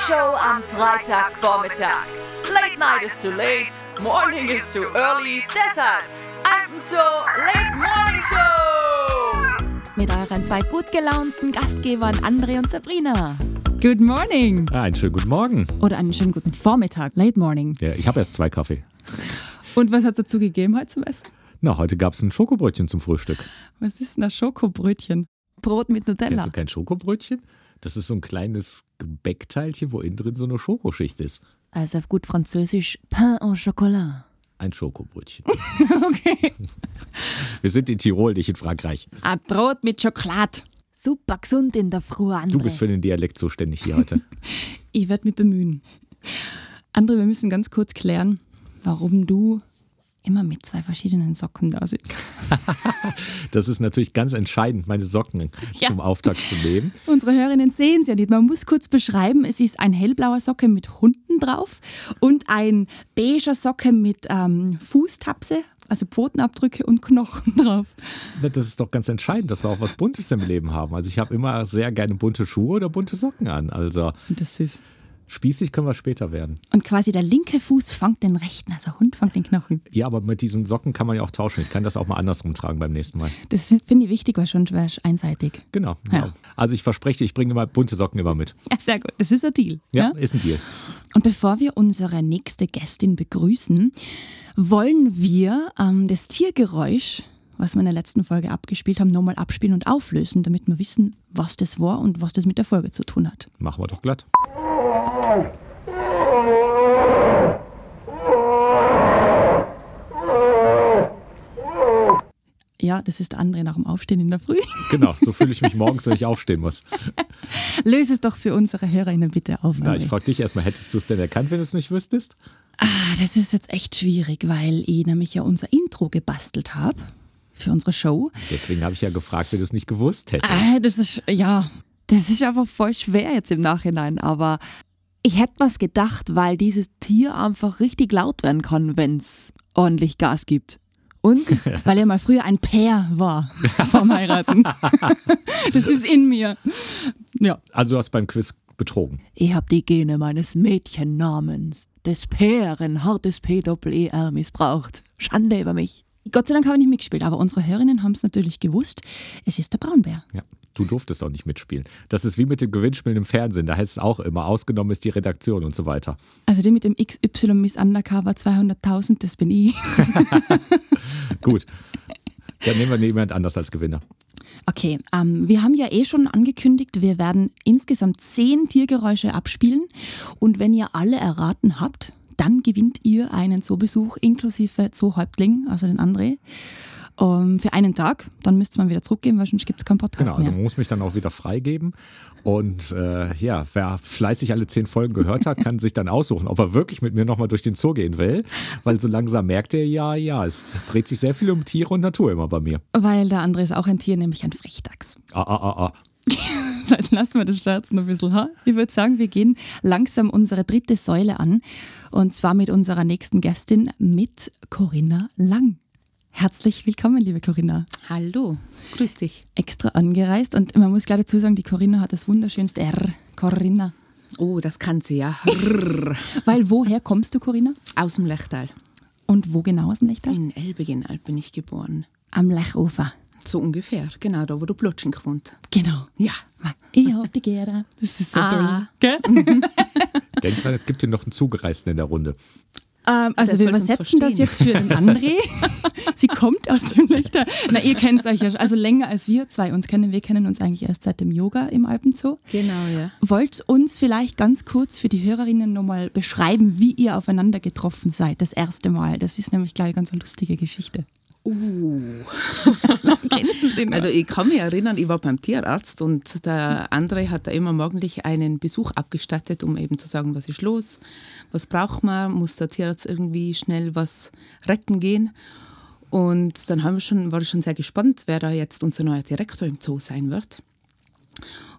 Show am Freitagvormittag. Late night is too late, morning is too early. Deshalb Alpenzoo Late Morning Show. Mit euren zwei gut gelaunten Gastgebern André und Sabrina. Good morning. Einen schönen guten Morgen. Oder einen schönen guten Vormittag, late morning. Ja, ich habe erst 2 Kaffee. Und was hat es dazu gegeben heute zum Essen? Na, heute gab es ein Schokobrötchen zum Frühstück. Was ist denn das Schokobrötchen? Brot mit Kennst Nutella. du kein Schokobrötchen? Das ist so ein kleines Gebäckteilchen, wo innen drin so eine Schokoschicht ist. Also auf gut Französisch, Pain au chocolat. Ein Schokobrötchen. Okay. Wir sind in Tirol, nicht in Frankreich. Ein Brot mit Schokolade. Super gesund in der Früh, André. Du bist für den Dialekt zuständig hier heute. Ich werde mich bemühen. André, wir müssen ganz kurz klären, warum du immer mit 2 verschiedenen Socken da sitzt. Das ist natürlich ganz entscheidend, meine Socken zum Auftakt zu nehmen. Unsere Hörerinnen sehen es ja nicht. Man muss kurz beschreiben, es ist ein hellblauer Socke mit Hunden drauf und ein beiger Socke mit Fußtapse, also Pfotenabdrücke und Knochen drauf. Na, das ist doch ganz entscheidend, dass wir auch was Buntes im Leben haben. Also ich habe immer sehr gerne bunte Schuhe oder bunte Socken an. Also Das ist süß. spießig können wir später werden. Und quasi der linke Fuß fängt den rechten, also Hund fängt den Knochen. Ja, aber mit diesen Socken kann man ja auch tauschen. Ich kann das auch mal andersrum tragen beim nächsten Mal. Das finde ich wichtig, weil schon wäre einseitig. Genau. Ja. Also ich verspreche, ich bringe immer bunte Socken immer mit. Ja, sehr gut. Das ist ein Deal. Ja, ist ein Deal. Und bevor wir unsere nächste Gästin begrüßen, wollen wir das Tiergeräusch, was wir in der letzten Folge abgespielt haben, nochmal abspielen und auflösen, damit wir wissen, was das war und was das mit der Folge zu tun hat. Machen wir doch glatt. Ja, das ist der andere nach dem Aufstehen in der Früh. Genau, so fühle ich mich morgens, wenn ich aufstehen muss. Löse es doch für unsere HörerInnen bitte auf. Na, André. ich frage dich erstmal, hättest du es denn erkannt, wenn du es nicht wüsstest? Das ist jetzt echt schwierig, weil ich nämlich ja unser Intro gebastelt habe für unsere Show. Deswegen habe ich ja gefragt, wenn du es nicht gewusst hättest. Das ist einfach voll schwer jetzt im Nachhinein, aber ich hätte was gedacht, weil dieses Tier einfach richtig laut werden kann, wenn es ordentlich Gas gibt. Und weil er mal früher ein Pair war vorm Heiraten. Das ist in mir. Ja. Also du hast beim Quiz betrogen. Ich habe die Gene meines Mädchennamens, des Pären, hartes P-Doppel-E-R, missbraucht. Schande über mich. Gott sei Dank habe ich nicht mitgespielt, aber unsere Hörerinnen haben es natürlich gewusst. Es ist der Braunbär. Ja, du durftest auch nicht mitspielen. Das ist wie mit den Gewinnspielen im Fernsehen. Da heißt es auch immer, ausgenommen ist die Redaktion und so weiter. Also die mit dem XY Miss Undercover 200.000, das bin ich. Gut, dann nehmen wir jemand anders als Gewinner. Okay, wir haben ja schon angekündigt, wir werden insgesamt 10 Tiergeräusche abspielen. Und wenn ihr alle erraten habt, dann gewinnt ihr einen Zoobesuch inklusive Zoohäuptling, also den André, für einen Tag. Dann müsst ihr mal wieder zurückgehen, weil sonst gibt es keinen Podcast Genau, also mehr. man muss mich dann auch wieder freigeben. Und wer fleißig alle 10 Folgen gehört hat, kann sich dann aussuchen, ob er wirklich mit mir nochmal durch den Zoo gehen will. Weil so langsam merkt er, es dreht sich sehr viel um Tiere und Natur immer bei mir. Weil der André ist auch ein Tier, nämlich ein Frechdachs. Jetzt lassen wir das Scherzen ein bisschen. Ha? Ich würde sagen, wir gehen langsam unsere 3. Säule an. Und zwar mit unserer nächsten Gästin, mit Corinna Lang. Herzlich willkommen, liebe Corinna. Hallo, grüß dich. Extra angereist. Und man muss gleich dazu sagen, die Corinna hat das wunderschönste R. Corinna. Oh, das kann sie ja. Weil woher kommst du, Corinna? Aus dem Lechtal. Und wo genau aus dem Lechtal? In Elbegenalb bin ich geboren. Am Lechufer. So ungefähr, genau da, wo du Plotsching gewohnt. Genau. Ja. Ich hab die Gera. Das ist so toll. Gell? Denk dran, es gibt hier noch einen Zugereisten in der Runde. Also Das wir sollte uns übersetzen das verstehen. jetzt für den André. Sie kommt aus dem Lechtal. Na, ihr kennt euch ja schon, also länger als wir 2 uns kennen. Wir kennen uns eigentlich erst seit dem Yoga im Alpenzoo. Genau, ja. Wollt uns vielleicht ganz kurz für die Hörerinnen nochmal beschreiben, wie ihr aufeinander getroffen seid, das erste Mal? Das ist nämlich, glaube ich, ganz eine lustige Geschichte. Also ich kann mich erinnern, ich war beim Tierarzt und der André hat da immer morgendlich einen Besuch abgestattet, um eben zu sagen, was ist los, was braucht man, muss der Tierarzt irgendwie schnell was retten gehen. Und dann war ich schon sehr gespannt, wer da jetzt unser neuer Direktor im Zoo sein wird.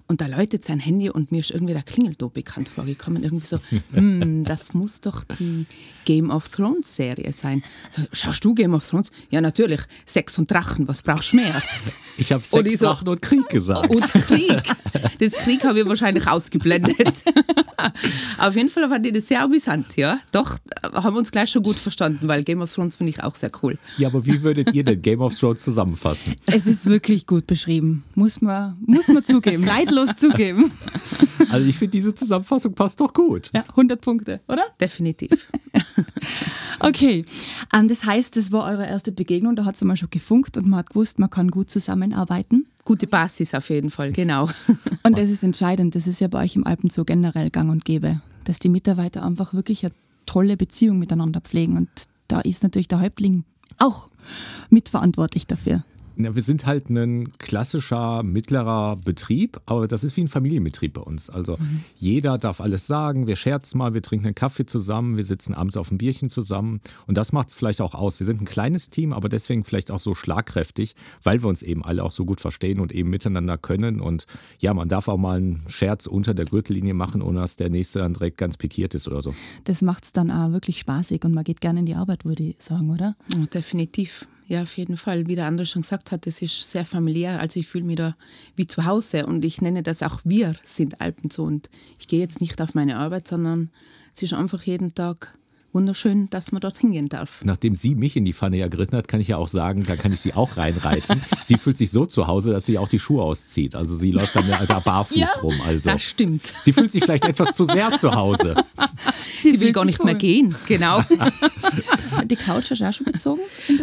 Und da läutet sein Handy und mir ist irgendwie der Klingelton bekannt vorgekommen. Irgendwie so, das muss doch die Game of Thrones Serie sein. So, schaust du Game of Thrones? Ja, natürlich. Sex und Drachen, was brauchst du mehr? Ich habe Sex, Drachen und Krieg gesagt. Und Krieg. Das Krieg habe ich wahrscheinlich ausgeblendet. Auf jeden Fall fand ich das sehr amüsant, ja. Doch, haben wir uns gleich schon gut verstanden, weil Game of Thrones finde ich auch sehr cool. Ja, aber wie würdet ihr denn Game of Thrones zusammenfassen? Es ist wirklich gut beschrieben, muss man zugeben, neidlos zugeben. Also ich finde, diese Zusammenfassung passt doch gut. Ja, 100 Punkte, oder? Definitiv. Okay, das heißt, das war eure erste Begegnung, da hat es mal schon gefunkt und man hat gewusst, man kann gut zusammenarbeiten. Gute Basis auf jeden Fall, genau. Und das ist entscheidend, das ist ja bei euch im Alpenzoo generell gang und gäbe, dass die Mitarbeiter einfach wirklich eine tolle Beziehung miteinander pflegen und da ist natürlich der Häuptling auch mitverantwortlich dafür. Ja, wir sind halt ein klassischer mittlerer Betrieb, aber das ist wie ein Familienbetrieb bei uns. Also jeder darf alles sagen, wir scherzen mal, wir trinken einen Kaffee zusammen, wir sitzen abends auf ein Bierchen zusammen und das macht es vielleicht auch aus. Wir sind ein kleines Team, aber deswegen vielleicht auch so schlagkräftig, weil wir uns eben alle auch so gut verstehen und eben miteinander können und ja, man darf auch mal einen Scherz unter der Gürtellinie machen, ohne dass der Nächste dann direkt ganz pikiert ist oder so. Das macht es dann auch wirklich spaßig und man geht gerne in die Arbeit, würde ich sagen, oder? Ja, definitiv. Ja, auf jeden Fall. Wie der andere schon gesagt hat, es ist sehr familiär. Also ich fühle mich da wie zu Hause und ich nenne das auch wir sind Alpenzoo. Und ich gehe jetzt nicht auf meine Arbeit, sondern es ist einfach jeden Tag wunderschön, dass man dort hingehen darf. Nachdem sie mich in die Pfanne ja geritten hat, kann ich ja auch sagen, da kann ich sie auch reinreiten. Sie fühlt sich so zu Hause, dass sie auch die Schuhe auszieht. Also sie läuft dann da barfuß rum. Also. Das stimmt. Sie fühlt sich vielleicht etwas zu sehr zu Hause. Sie will gar nicht mehr gehen, genau. Die Couch hast du auch schon bezogen?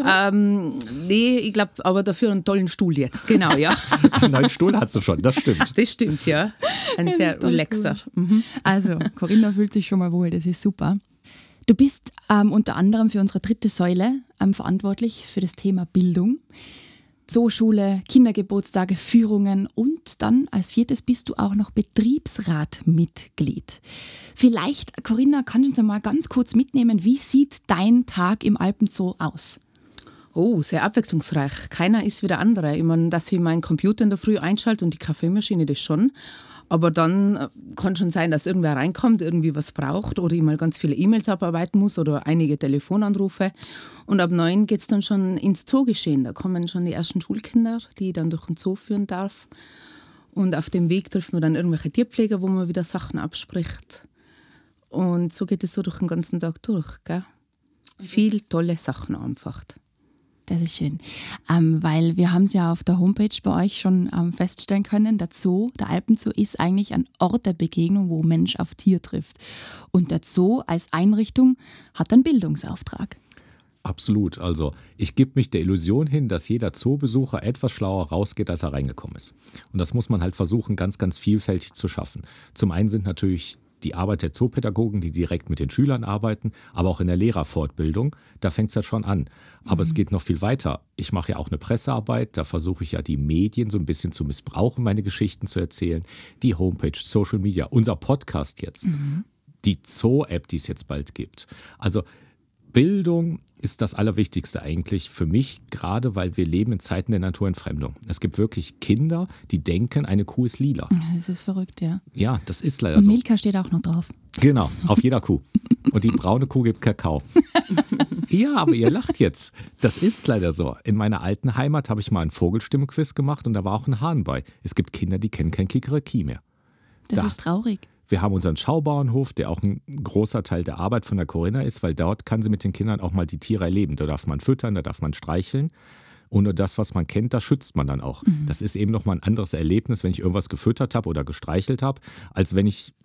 Nee, ich glaube, aber dafür einen tollen Stuhl jetzt, genau, ja. Einen neuen Stuhl hat sie schon, das stimmt. Das stimmt, ja. Ein sehr relaxer. Also, Corinna fühlt sich schon mal wohl, das ist super. Du bist unter anderem für unsere dritte Säule verantwortlich für das Thema Bildung. Zooschule, Kindergeburtstage, Führungen und dann als viertes bist du auch noch Betriebsratmitglied. Vielleicht, Corinna, kannst du uns mal ganz kurz mitnehmen, wie sieht dein Tag im Alpenzoo aus? Oh, sehr abwechslungsreich. Keiner ist wie der andere. Ich meine, dass ich meinen Computer in der Früh einschalte und die Kaffeemaschine, das schon. Aber dann kann schon sein, dass irgendwer reinkommt, irgendwie was braucht oder ich mal ganz viele E-Mails abarbeiten muss oder einige Telefonanrufe. Und ab 9 geht es dann schon ins Zoogeschehen. Da kommen schon die ersten Schulkinder, die ich dann durch den Zoo führen darf. Und auf dem Weg trifft man dann irgendwelche Tierpfleger, wo man wieder Sachen abspricht. Und so geht es so durch den ganzen Tag durch. Gell? Viel tolle Sachen einfach. Das ist schön, weil wir haben es ja auf der Homepage bei euch schon feststellen können, der Zoo, der Alpenzoo ist eigentlich ein Ort der Begegnung, wo Mensch auf Tier trifft. Und der Zoo als Einrichtung hat einen Bildungsauftrag. Absolut. Also ich gebe mich der Illusion hin, dass jeder Zoobesucher etwas schlauer rausgeht, als er reingekommen ist. Und das muss man halt versuchen, ganz, ganz vielfältig zu schaffen. Zum einen sind natürlich die Arbeit der Zoopädagogen, die direkt mit den Schülern arbeiten, aber auch in der Lehrerfortbildung, da fängt es ja schon an. Aber es geht noch viel weiter. Ich mache ja auch eine Pressearbeit, da versuche ich ja die Medien so ein bisschen zu missbrauchen, meine Geschichten zu erzählen. Die Homepage, Social Media, unser Podcast jetzt, die Zoo-App, die es jetzt bald gibt. Also Bildung ist das Allerwichtigste eigentlich für mich, gerade weil wir leben in Zeiten der Naturentfremdung. Es gibt wirklich Kinder, die denken, eine Kuh ist lila. Das ist verrückt, ja. Ja, das ist leider Und so. Milka steht auch noch drauf. Genau, auf jeder Kuh. Und die braune Kuh gibt Kakao. Ja, aber ihr lacht jetzt. Das ist leider so. In meiner alten Heimat habe ich mal ein Vogelstimmenquiz gemacht und da war auch ein Hahn bei. Es gibt Kinder, die kennen kein Kikeriki mehr. Das ist traurig. Wir haben unseren Schaubauernhof, der auch ein großer Teil der Arbeit von der Corinna ist, weil dort kann sie mit den Kindern auch mal die Tiere erleben. Da darf man füttern, da darf man streicheln. Und nur das, was man kennt, das schützt man dann auch. Das ist eben nochmal ein anderes Erlebnis, wenn ich irgendwas gefüttert habe oder gestreichelt habe, als wenn ich,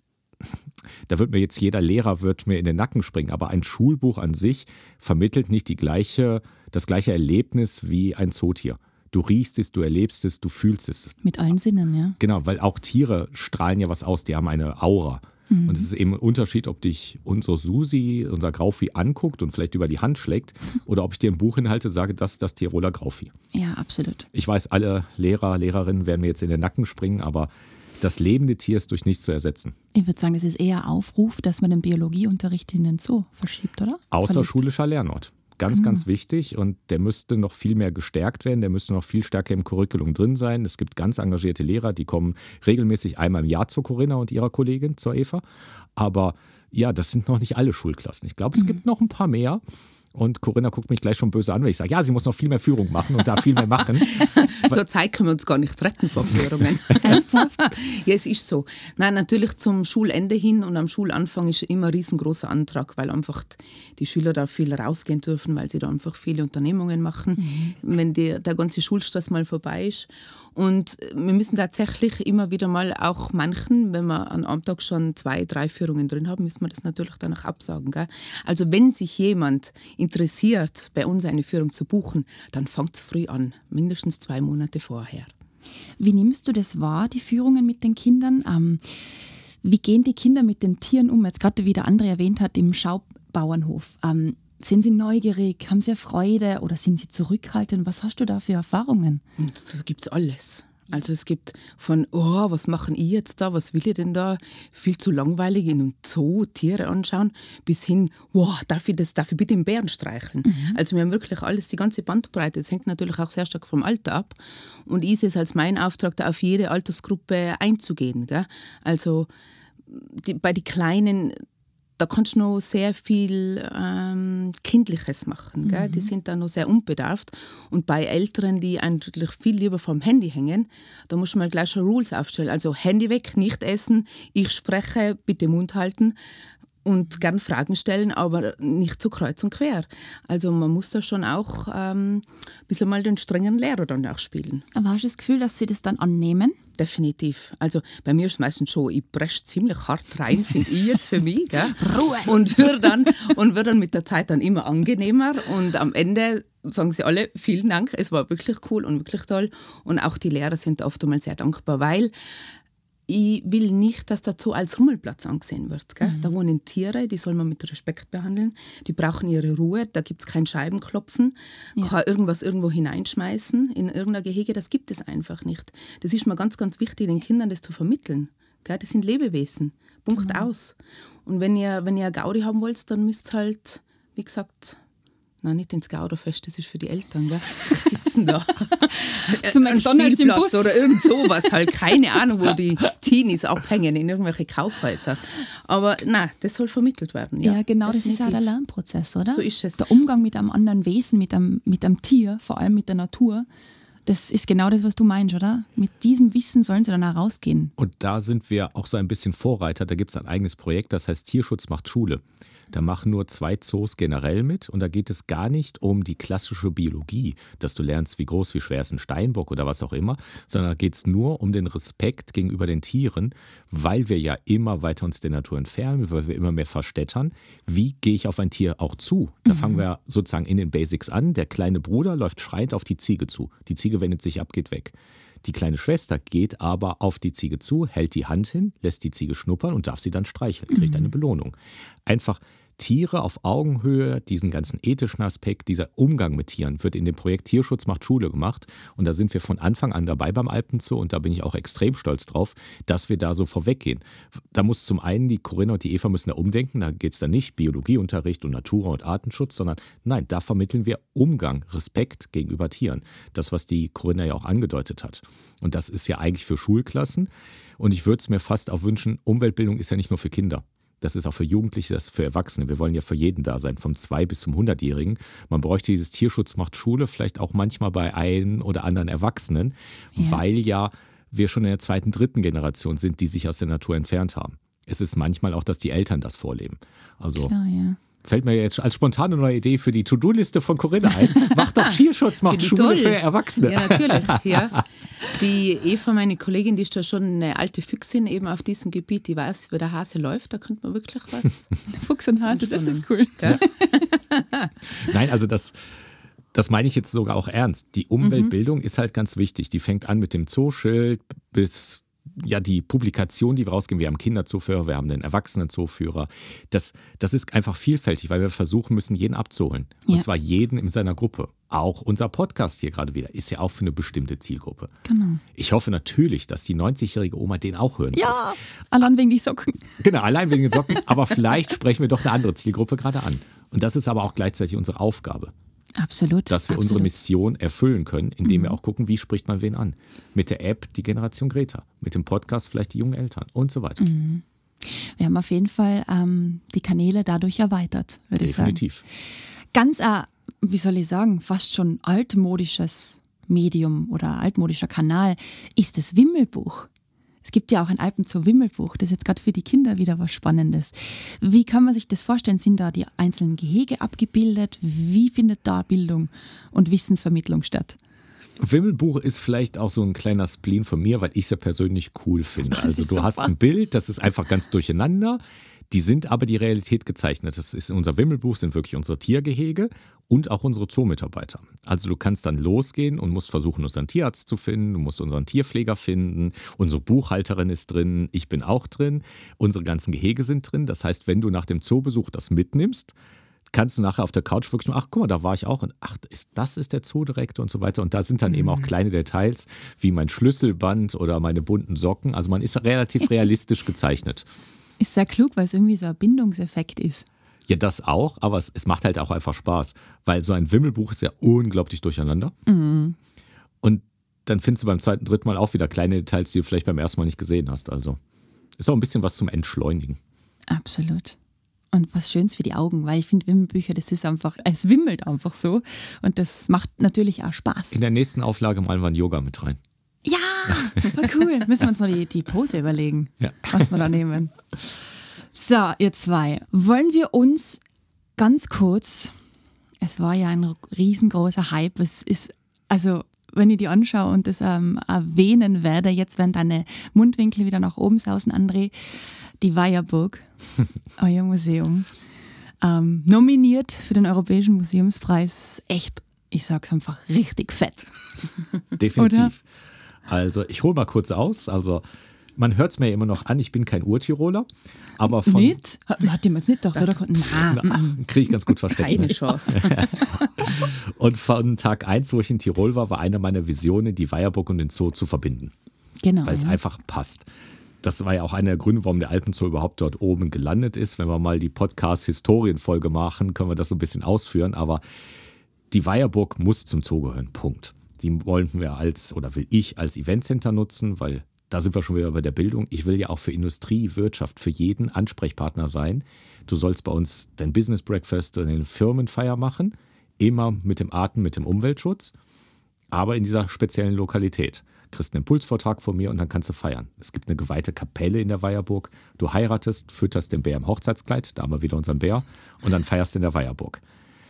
da wird mir jetzt jeder Lehrer wird mir in den Nacken springen, aber ein Schulbuch an sich vermittelt nicht das gleiche Erlebnis wie ein Zootier. Du riechst es, du erlebst es, du fühlst es. Mit allen Sinnen, ja. Genau, weil auch Tiere strahlen ja was aus, die haben eine Aura. Und es ist eben ein Unterschied, ob dich unsere Susi, unser Grauvieh anguckt und vielleicht über die Hand schlägt oder ob ich dir ein Buch hinhalte, sage, das ist das Tiroler Grauvieh. Ja, absolut. Ich weiß, alle Lehrer, Lehrerinnen werden mir jetzt in den Nacken springen, aber das lebende Tier ist durch nichts zu ersetzen. Ich würde sagen, das ist eher Aufruf, dass man den Biologieunterricht in den Zoo verschiebt, oder? Außerschulischer Lernort. ganz, ganz wichtig und der müsste noch viel mehr gestärkt werden, der müsste noch viel stärker im Curriculum drin sein. Es gibt ganz engagierte Lehrer, die kommen regelmäßig einmal im Jahr zu Corinna und ihrer Kollegin, zur Eva. Aber ja, das sind noch nicht alle Schulklassen. Ich glaube, es gibt noch ein paar mehr. Und Corinna guckt mich gleich schon böse an, wenn ich sage, ja, sie muss noch viel mehr Führung machen und da viel mehr machen. Zur Zeit können wir uns gar nicht retten vor Führungen. Ernsthaft? Ja, es ist so. Nein, natürlich zum Schulende hin und am Schulanfang ist immer ein riesengroßer Antrag, weil einfach die Schüler da viel rausgehen dürfen, weil sie da einfach viele Unternehmungen machen, wenn der ganze Schulstress mal vorbei ist. Und wir müssen tatsächlich immer wieder mal auch manchen, wenn wir an einem Tag schon 2, 3 Führungen drin haben, müssen wir das natürlich danach absagen. Gell? Also wenn sich jemand interessiert, bei uns eine Führung zu buchen, dann fängt es früh an, mindestens 2 Monate vorher. Wie nimmst du das wahr, die Führungen mit den Kindern? Wie gehen die Kinder mit den Tieren um? Jetzt gerade wie der André erwähnt hat, im Schaubauernhof. Sind sie neugierig, haben sie Freude oder sind sie zurückhaltend? Was hast du da für Erfahrungen? Da gibt es alles. Also es gibt von, oh, was machen ich jetzt da, was will ich denn da, viel zu langweilig in einem Zoo Tiere anschauen, bis hin, wow, darf ich bitte den Bären streicheln? Also wir haben wirklich alles, die ganze Bandbreite, das hängt natürlich auch sehr stark vom Alter ab. Und ich sehe es als mein Auftrag, da auf jede Altersgruppe einzugehen. Gell? Also bei den Kleinen, da kannst du noch sehr viel Kindliches machen. Gell? Die sind da noch sehr unbedarft. Und bei Älteren, die eigentlich viel lieber vom Handy hängen, da muss man gleich schon Rules aufstellen. Also Handy weg, nicht essen, ich spreche, bitte Mund halten und gern Fragen stellen, aber nicht so kreuz und quer. Also man muss da schon auch ein bisschen mal den strengen Lehrer dann auch spielen. Aber hast du das Gefühl, dass sie das dann annehmen? Definitiv. Also bei mir ist es meistens schon, ich presche ziemlich hart rein, finde ich jetzt für mich. Gell? Ruhe! Und wird dann mit der Zeit dann immer angenehmer. Und am Ende sagen sie alle, vielen Dank, es war wirklich cool und wirklich toll. Und auch die Lehrer sind oft einmal sehr dankbar, weil ich will nicht, dass das so als Rummelplatz angesehen wird. Gell? Da wohnen Tiere, die soll man mit Respekt behandeln. Die brauchen ihre Ruhe, da gibt es kein Scheibenklopfen, kann irgendwas irgendwo hineinschmeißen in irgendein Gehege, das gibt es einfach nicht. Das ist mir ganz, ganz wichtig, den Kindern das zu vermitteln. Gell? Das sind Lebewesen, Punkt aus. Und wenn ihr eine Gaudi haben wollt, dann müsst ihr halt, wie gesagt, nein, nicht ins Gauderfest, das ist für die Eltern. Gell? Was gibt's denn da? Zum McDonald's im Bus. Oder irgend sowas halt. Keine Ahnung, wo die Teenies abhängen in irgendwelche Kaufhäuser. Aber nein, das soll vermittelt werden. Ja, genau, definitiv. Das ist ja der Lernprozess, oder? So ist es. Der Umgang mit einem anderen Wesen, mit einem Tier, vor allem mit der Natur. Das ist genau das, was du meinst, oder? Mit diesem Wissen sollen sie dann auch rausgehen. Und da sind wir auch so ein bisschen Vorreiter. Da gibt es ein eigenes Projekt, das heißt Tierschutz macht Schule. Da machen nur 2 Zoos generell mit und da geht es gar nicht um die klassische Biologie, dass du lernst, wie groß, wie schwer ist ein Steinbock oder was auch immer, sondern da geht es nur um den Respekt gegenüber den Tieren, weil wir ja immer weiter uns der Natur entfernen, weil wir immer mehr verstädtern. Wie gehe ich auf ein Tier auch zu? Da fangen wir sozusagen in den Basics an. Der kleine Bruder läuft schreiend auf die Ziege zu. Die Ziege wendet sich ab, geht weg. Die kleine Schwester geht aber auf die Ziege zu, hält die Hand hin, lässt die Ziege schnuppern und darf sie dann streicheln, kriegt eine Belohnung. Einfach Tiere auf Augenhöhe, diesen ganzen ethischen Aspekt, dieser Umgang mit Tieren wird in dem Projekt Tierschutz macht Schule gemacht. Und da sind wir von Anfang an dabei beim Alpenzoo und da bin ich auch extrem stolz drauf, dass wir da so vorweggehen. Da muss zum einen die Corinna und die Eva müssen da umdenken, da geht es dann nicht Biologieunterricht und Natur- und Artenschutz, sondern nein, da vermitteln wir Umgang, Respekt gegenüber Tieren. Das, was die Corinna ja auch angedeutet hat. Und das ist ja eigentlich für Schulklassen. Und ich würde es mir fast auch wünschen, Umweltbildung ist ja nicht nur für Kinder. Das ist auch für Jugendliche, das ist für Erwachsene. Wir wollen ja für jeden da sein, vom 2- bis zum 100-Jährigen. Man bräuchte dieses Tierschutz macht Schule vielleicht auch manchmal bei einen oder anderen Erwachsenen, weil ja wir schon in der 2., 3. Generation sind, die sich aus der Natur entfernt haben. Es ist manchmal auch, dass die Eltern das vorleben. Also Klar, ja. Fällt mir jetzt als spontane neue Idee für die To-Do-Liste von Corinna ein. Macht doch Tierschutz, macht Schule toll. für Erwachsene. Ja, natürlich. Ja. Die Eva, meine Kollegin, die ist da schon eine alte Füchsin eben auf diesem Gebiet. Die weiß, wie der Hase läuft. Da könnte man wirklich was. Fuchs und Hase, das ist cool. Ja. Nein, also das meine ich jetzt sogar auch ernst. Die Umweltbildung ist halt ganz wichtig. Die fängt an mit dem Zooschild bis ja die Publikation, die wir rausgeben. Wir haben Kinderzuführer, wir haben den Erwachsenenzuführer. Das ist einfach vielfältig, weil wir versuchen müssen, jeden abzuholen. Und zwar jeden in seiner Gruppe. Auch unser Podcast hier gerade wieder ist ja auch für eine bestimmte Zielgruppe. Genau. Ich hoffe natürlich, dass die 90-jährige Oma den auch hören wird. Allein wegen die Socken. Genau, allein wegen den Socken. Aber vielleicht sprechen wir doch eine andere Zielgruppe gerade an. Und das ist aber auch gleichzeitig unsere Aufgabe, Absolut. dass wir unsere Mission erfüllen können, indem wir auch gucken, wie spricht man wen an. Mit der App die Generation Greta, mit dem Podcast vielleicht die jungen Eltern und so weiter. Wir haben auf jeden Fall die Kanäle dadurch erweitert, würde ich sagen. Definitiv. Ganz, wie soll ich sagen, fast schon altmodisches Medium oder altmodischer Kanal ist das Wimmelbuch. Es gibt ja auch ein Alpenzoo-Wimmelbuch, das ist jetzt gerade für die Kinder wieder was Spannendes. Wie kann man sich das vorstellen? Sind da die einzelnen Gehege abgebildet? Wie findet da Bildung und Wissensvermittlung statt? Wimmelbuch ist vielleicht auch so ein kleiner Spleen von mir, weil ich es ja persönlich cool finde. Das Also ist du super. hast ein Bild, das ist einfach ganz durcheinander. Die sind aber die Realität gezeichnet. Das ist in unser Wimmelbuch, sind wirklich unsere Tiergehege und auch unsere Zoomitarbeiter. Also du kannst dann losgehen und musst versuchen, unseren Tierarzt zu finden, du musst unseren Tierpfleger finden, unsere Buchhalterin ist drin, ich bin auch drin, unsere ganzen Gehege sind drin. Das heißt, wenn du nach dem Zoobesuch das mitnimmst, kannst du nachher auf der Couch wirklich nur, ach guck mal, da war ich auch und ach, das ist der Zoodirektor und so weiter. Und da sind dann eben auch kleine Details, wie mein Schlüsselband oder meine bunten Socken. Also man ist relativ realistisch gezeichnet. Ist sehr klug, weil es irgendwie so ein Bindungseffekt ist. Ja, das auch, aber es macht halt auch einfach Spaß, weil so ein Wimmelbuch ist ja unglaublich durcheinander. Und dann findest du beim zweiten, dritten Mal auch wieder kleine Details, die du vielleicht beim ersten Mal nicht gesehen hast. Also ist auch ein bisschen was zum Entschleunigen. Absolut. Und was Schönes für die Augen, weil ich finde Wimmelbücher, das ist einfach, es wimmelt einfach so und das macht natürlich auch Spaß. In der nächsten Auflage malen wir ein Yoga mit rein. Ja, das war cool. Müssen wir uns noch die Pose überlegen, Ja. was wir da nehmen. So, ihr zwei, wollen wir uns ganz kurz, es war ja ein riesengroßer Hype, es ist, also wenn ich die anschaue und das erwähnen werde, jetzt werden deine Mundwinkel wieder nach oben sausen, André, die Weierburg, euer Museum, nominiert für den Europäischen Museumspreis, echt, ich sag's einfach, richtig fett. Definitiv. Oder? Also ich hole mal kurz aus. Also man hört es mir immer noch an, ich bin kein Urtiroler, aber von... Nicht? Hat jemand nicht gedacht, oder? Kriege ich ganz gut versteckt. Keine Chance. Und von Tag 1, wo ich in Tirol war, war eine meiner Visionen, die Weierburg und den Zoo zu verbinden, Genau. weil es einfach passt. Das war ja auch einer der Gründe, warum der Alpenzoo überhaupt dort oben gelandet ist. Wenn wir mal die Podcast-Historienfolge machen, können wir das so ein bisschen ausführen. Aber die Weierburg muss zum Zoo gehören, Punkt. Die wollten wir will ich als Eventcenter nutzen, weil da sind wir schon wieder bei der Bildung. Ich will ja auch für Industrie, Wirtschaft, für jeden Ansprechpartner sein. Du sollst bei uns dein Business Breakfast und eine Firmenfeier machen, immer mit dem Atem, mit dem Umweltschutz, aber in dieser speziellen Lokalität. Kriegst einen Impulsvortrag von mir und dann kannst du feiern. Es gibt eine geweihte Kapelle in der Weierburg. Du heiratest, fütterst den Bär im Hochzeitskleid, da haben wir wieder unseren Bär, und dann feierst du in der Weierburg.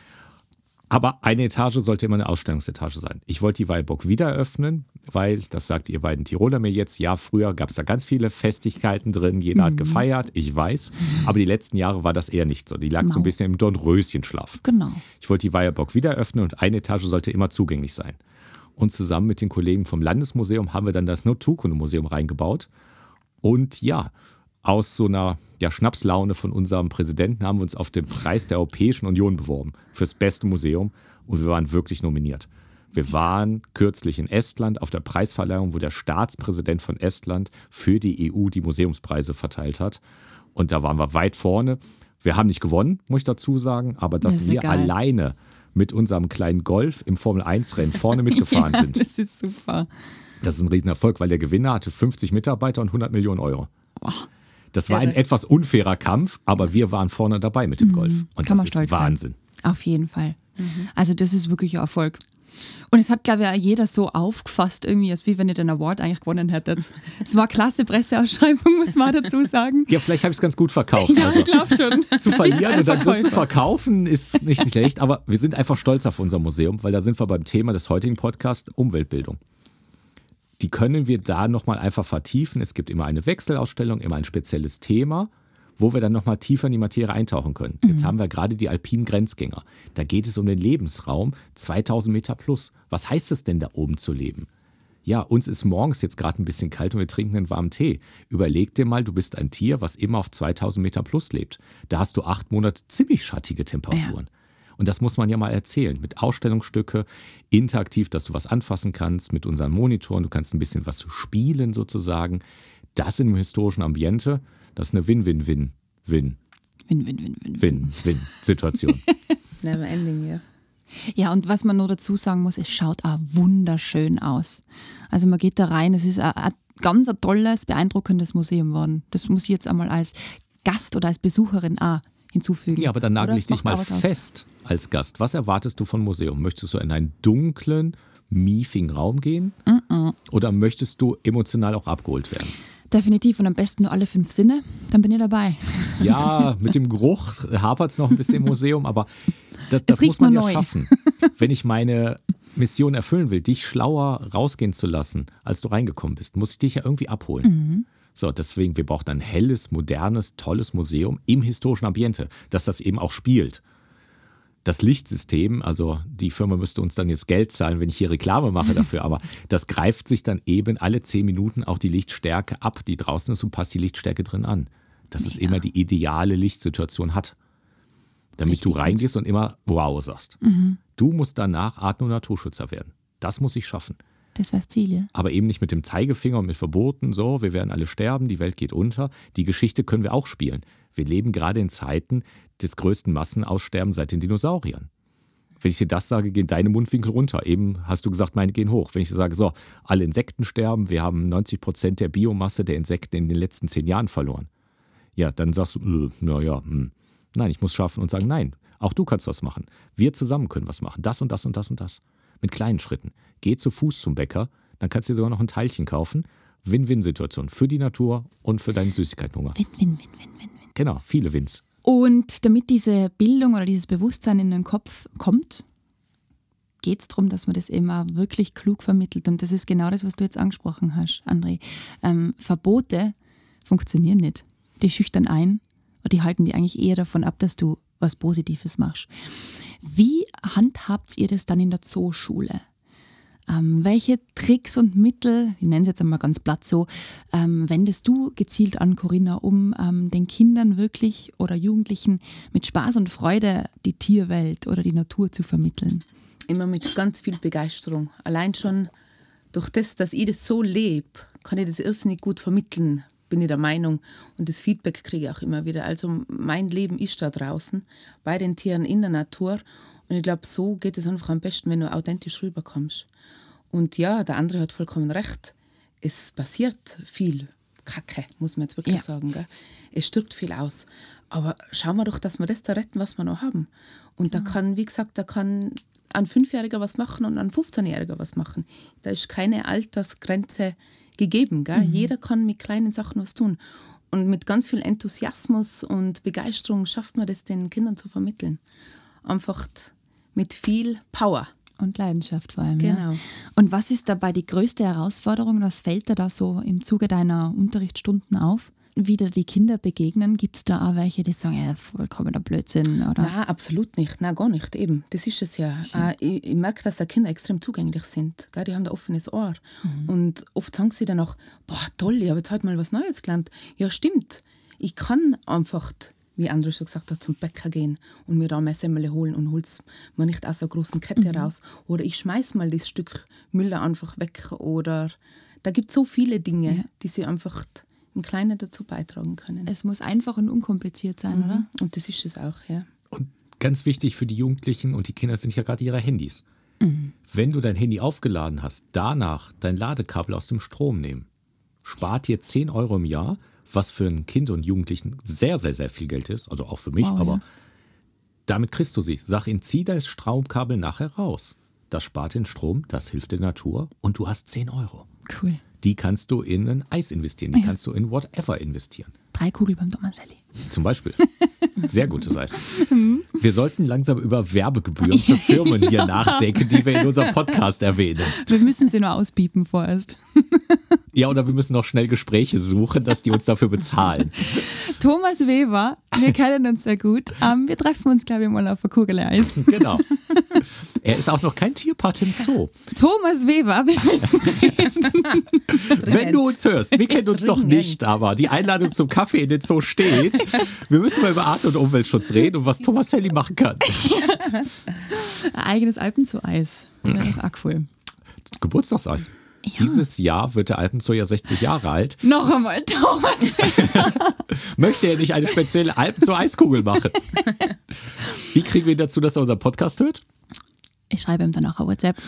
Aber eine Etage sollte immer eine Ausstellungsetage sein. Ich wollte die Weierburg wieder eröffnen, weil, das sagt ihr beiden Tiroler mir jetzt, ja, früher gab es da ganz viele Festigkeiten drin, jeder hat gefeiert, ich weiß, aber die letzten Jahre war das eher nicht so. Die lag so ein bisschen im Dornröschenschlaf. Genau. Ich wollte die Weierburg wieder eröffnen und eine Etage sollte immer zugänglich sein. Und zusammen mit den Kollegen vom Landesmuseum haben wir dann das Naturkundemuseum reingebaut. Und ja, aus so einer Schnapslaune von unserem Präsidenten haben wir uns auf den Preis der Europäischen Union beworben fürs beste Museum und wir waren wirklich nominiert. Wir waren kürzlich in Estland auf der Preisverleihung, wo der Staatspräsident von Estland für die EU die Museumspreise verteilt hat. Und da waren wir weit vorne. Wir haben nicht gewonnen, muss ich dazu sagen, aber dass Das ist wir egal. alleine mit unserem kleinen Golf im Formel-1-Rennen vorne mitgefahren Ja, sind. das ist super. Das ist ein Riesenerfolg, weil der Gewinner hatte 50 Mitarbeiter und 100 Millionen Euro. Boah. Das war ein etwas unfairer Kampf, aber wir waren vorne dabei mit dem Golf. Und Kann das man ist stolz Wahnsinn. sein. Auf jeden Fall. Also das ist wirklich ein Erfolg. Und es hat, glaube ich, auch jeder so aufgefasst, irgendwie, als wie wenn ihr den Award eigentlich gewonnen hättet. Es war eine klasse Presseausschreibung, muss man dazu sagen. Ja, vielleicht habe ich es ganz gut verkauft. Ja, Also, ich glaube schon. zu verlieren und dann so zu Verkäufer. verkaufen ist nicht schlecht, aber wir sind einfach stolz auf unser Museum, weil da sind wir beim Thema des heutigen Podcasts, Umweltbildung. Die können wir da nochmal einfach vertiefen. Es gibt immer eine Wechselausstellung, immer ein spezielles Thema, wo wir dann nochmal tiefer in die Materie eintauchen können. Jetzt haben wir gerade die alpinen Grenzgänger. Da geht es um den Lebensraum 2000 Meter plus. Was heißt es denn, da oben zu leben? Ja, uns ist morgens jetzt gerade ein bisschen kalt und wir trinken einen warmen Tee. Überleg dir mal, du bist ein Tier, was immer auf 2000 Meter plus lebt. Da hast du 8 Monate ziemlich schattige Temperaturen. Und das muss man ja mal erzählen. Mit Ausstellungsstücke, interaktiv, dass du was anfassen kannst, mit unseren Monitoren, du kannst ein bisschen was spielen sozusagen. Das in einem historischen Ambiente, das ist eine Win-Win-Win-Win. Win-Win-Situation. Never ending, ja. Ja, und was man noch dazu sagen muss, es schaut auch wunderschön aus. Also man geht da rein, es ist ein ganz tolles, beeindruckendes Museum geworden. Das muss ich jetzt einmal als Gast oder als Besucherin auch hinzufügen. Ja, aber dann nagel Oder? ich dich mal fest als Gast. Was erwartest du vom Museum? Möchtest du in einen dunklen, miefigen Raum gehen? Oder möchtest du emotional auch abgeholt werden? Definitiv und am besten nur alle 5 Sinne, dann bin ich dabei. Ja, mit dem Geruch hapert es noch ein bisschen im Museum, aber das Es riecht muss man ja nur neu. schaffen. Wenn ich meine Mission erfüllen will, dich schlauer rausgehen zu lassen, als du reingekommen bist, muss ich dich ja irgendwie abholen. So, deswegen, wir brauchen ein helles, modernes, tolles Museum im historischen Ambiente, dass das eben auch spielt. Das Lichtsystem, also die Firma müsste uns dann jetzt Geld zahlen, wenn ich hier Reklame mache dafür, aber das greift sich dann eben alle 10 Minuten auch die Lichtstärke ab, die draußen ist und passt die Lichtstärke drin an. Dass es immer die ideale Lichtsituation hat. Damit du reingehst und immer wow sagst. Du musst danach Arten- und Naturschützer werden. Das muss ich schaffen. Das war das Ziel, ja. Aber eben nicht mit dem Zeigefinger und mit Verboten, so, wir werden alle sterben, die Welt geht unter. Die Geschichte können wir auch spielen. Wir leben gerade in Zeiten des größten Massenaussterbens seit den Dinosauriern. Wenn ich dir das sage, gehen deine Mundwinkel runter. Eben hast du gesagt, meine gehen hoch. Wenn ich dir sage, so, alle Insekten sterben, wir haben 90% der Biomasse der Insekten in den letzten 10 Jahren verloren. Ja, dann sagst du, Nein, ich muss schaffen und sagen, nein, auch du kannst was machen. Wir zusammen können was machen. Das und das und das und das. Mit kleinen Schritten. Geh zu Fuß zum Bäcker, dann kannst du dir sogar noch ein Teilchen kaufen. Win-Win-Situation für die Natur und für deinen Süßigkeitenhunger. Win. Genau, viele Wins. Und damit diese Bildung oder dieses Bewusstsein in den Kopf kommt, geht es darum, dass man das eben auch wirklich klug vermittelt. Und das ist genau das, was du jetzt angesprochen hast, André. Verbote funktionieren nicht. Die schüchtern ein und die halten die eigentlich eher davon ab, dass du was Positives machst. Wie handhabt ihr das dann in der Zooschule? Welche Tricks und Mittel, ich nenne es jetzt einmal ganz platt so, wendest du gezielt an, Corinna, um den Kindern wirklich oder Jugendlichen mit Spaß und Freude die Tierwelt oder die Natur zu vermitteln? Immer mit ganz viel Begeisterung. Allein schon durch das, dass ich das so lebe, kann ich das irrsinnig gut vermitteln, bin ich der Meinung. Und das Feedback kriege ich auch immer wieder. Also mein Leben ist da draußen, bei den Tieren, in der Natur. Und ich glaube, so geht es einfach am besten, wenn du authentisch rüberkommst. Und ja, der andere hat vollkommen recht. Es passiert viel Kacke, muss man jetzt wirklich sagen. Gell? Es stirbt viel aus. Aber schauen wir doch, dass wir das da retten, was wir noch haben. Und da kann, wie gesagt, da kann ein 5-Jähriger was machen und ein 15-Jähriger was machen. Da ist keine Altersgrenze gegeben. Gell? Jeder kann mit kleinen Sachen was tun. Und mit ganz viel Enthusiasmus und Begeisterung schafft man das, den Kindern zu vermitteln. Einfach mit viel Power. Und Leidenschaft vor allem. Genau. Ja. Und was ist dabei die größte Herausforderung? Was fällt dir da so im Zuge deiner Unterrichtsstunden auf? Wie dir die Kinder begegnen? Gibt es da auch welche, die sagen, ja, vollkommener Blödsinn? Oder? Nein, absolut nicht. Nein, gar nicht. Eben. Das ist es ja. Ich merke, dass die Kinder extrem zugänglich sind. Gell? Die haben ein offenes Ohr. Und oft sagen sie dann auch, boah, toll, ich habe jetzt heute mal was Neues gelernt. Ja, stimmt. Ich kann einfach, wie André schon gesagt hat, zum Bäcker gehen und mir da mein Semmel holen und hol's mir nicht aus einer großen Kette raus. Oder ich schmeiß mal das Stück Müll einfach weg. Oder da gibt es so viele Dinge, die sie einfach im Kleinen dazu beitragen können. Es muss einfach und unkompliziert sein, oder? Und das ist es auch, ja. Und ganz wichtig für die Jugendlichen und die Kinder sind ja gerade ihre Handys. Wenn du dein Handy aufgeladen hast, danach dein Ladekabel aus dem Strom nehmen. Spart dir 10 Euro im Jahr, was für ein Kind und Jugendlichen sehr, sehr, sehr viel Geld ist. Also auch für mich, aber damit kriegst du sie. Sag ihnen, zieh das Stromkabel nachher raus. Das spart den Strom, das hilft der Natur und du hast 10 Euro. Cool. Die kannst du in ein Eis investieren, die kannst du in whatever investieren. 3 Kugel beim Domaselli. Zum Beispiel. Sehr gutes Eis. Wir sollten langsam über Werbegebühren für Firmen hier nachdenken, die wir in unserem Podcast erwähnen. Wir müssen sie nur auspiepen vorerst. Ja, oder wir müssen noch schnell Gespräche suchen, dass die uns dafür bezahlen. Thomas Weber, wir kennen uns sehr gut. Wir treffen uns, glaube ich, mal auf der Kugel Eis. Genau. Er ist auch noch kein Tierpart im Zoo. Thomas Weber, wir müssen reden. Wenn du uns hörst, wir kennen uns noch nicht, aber die Einladung zum Kaffee in den Zoo steht. Wir müssen mal über Art- und Umweltschutz reden und was Thomas Helly machen kann. Ein eigenes Alpenzoo-Eis. Wäre doch auch cool. Geburtstagseis. Dieses Jahr wird der Alpenzoo ja 60 Jahre alt. Noch einmal, Thomas. Möchte er nicht eine spezielle Alpenzoo-Eiskugel machen? Wie kriegen wir ihn dazu, dass er unseren Podcast hört? Ich schreibe ihm dann auch auf WhatsApp.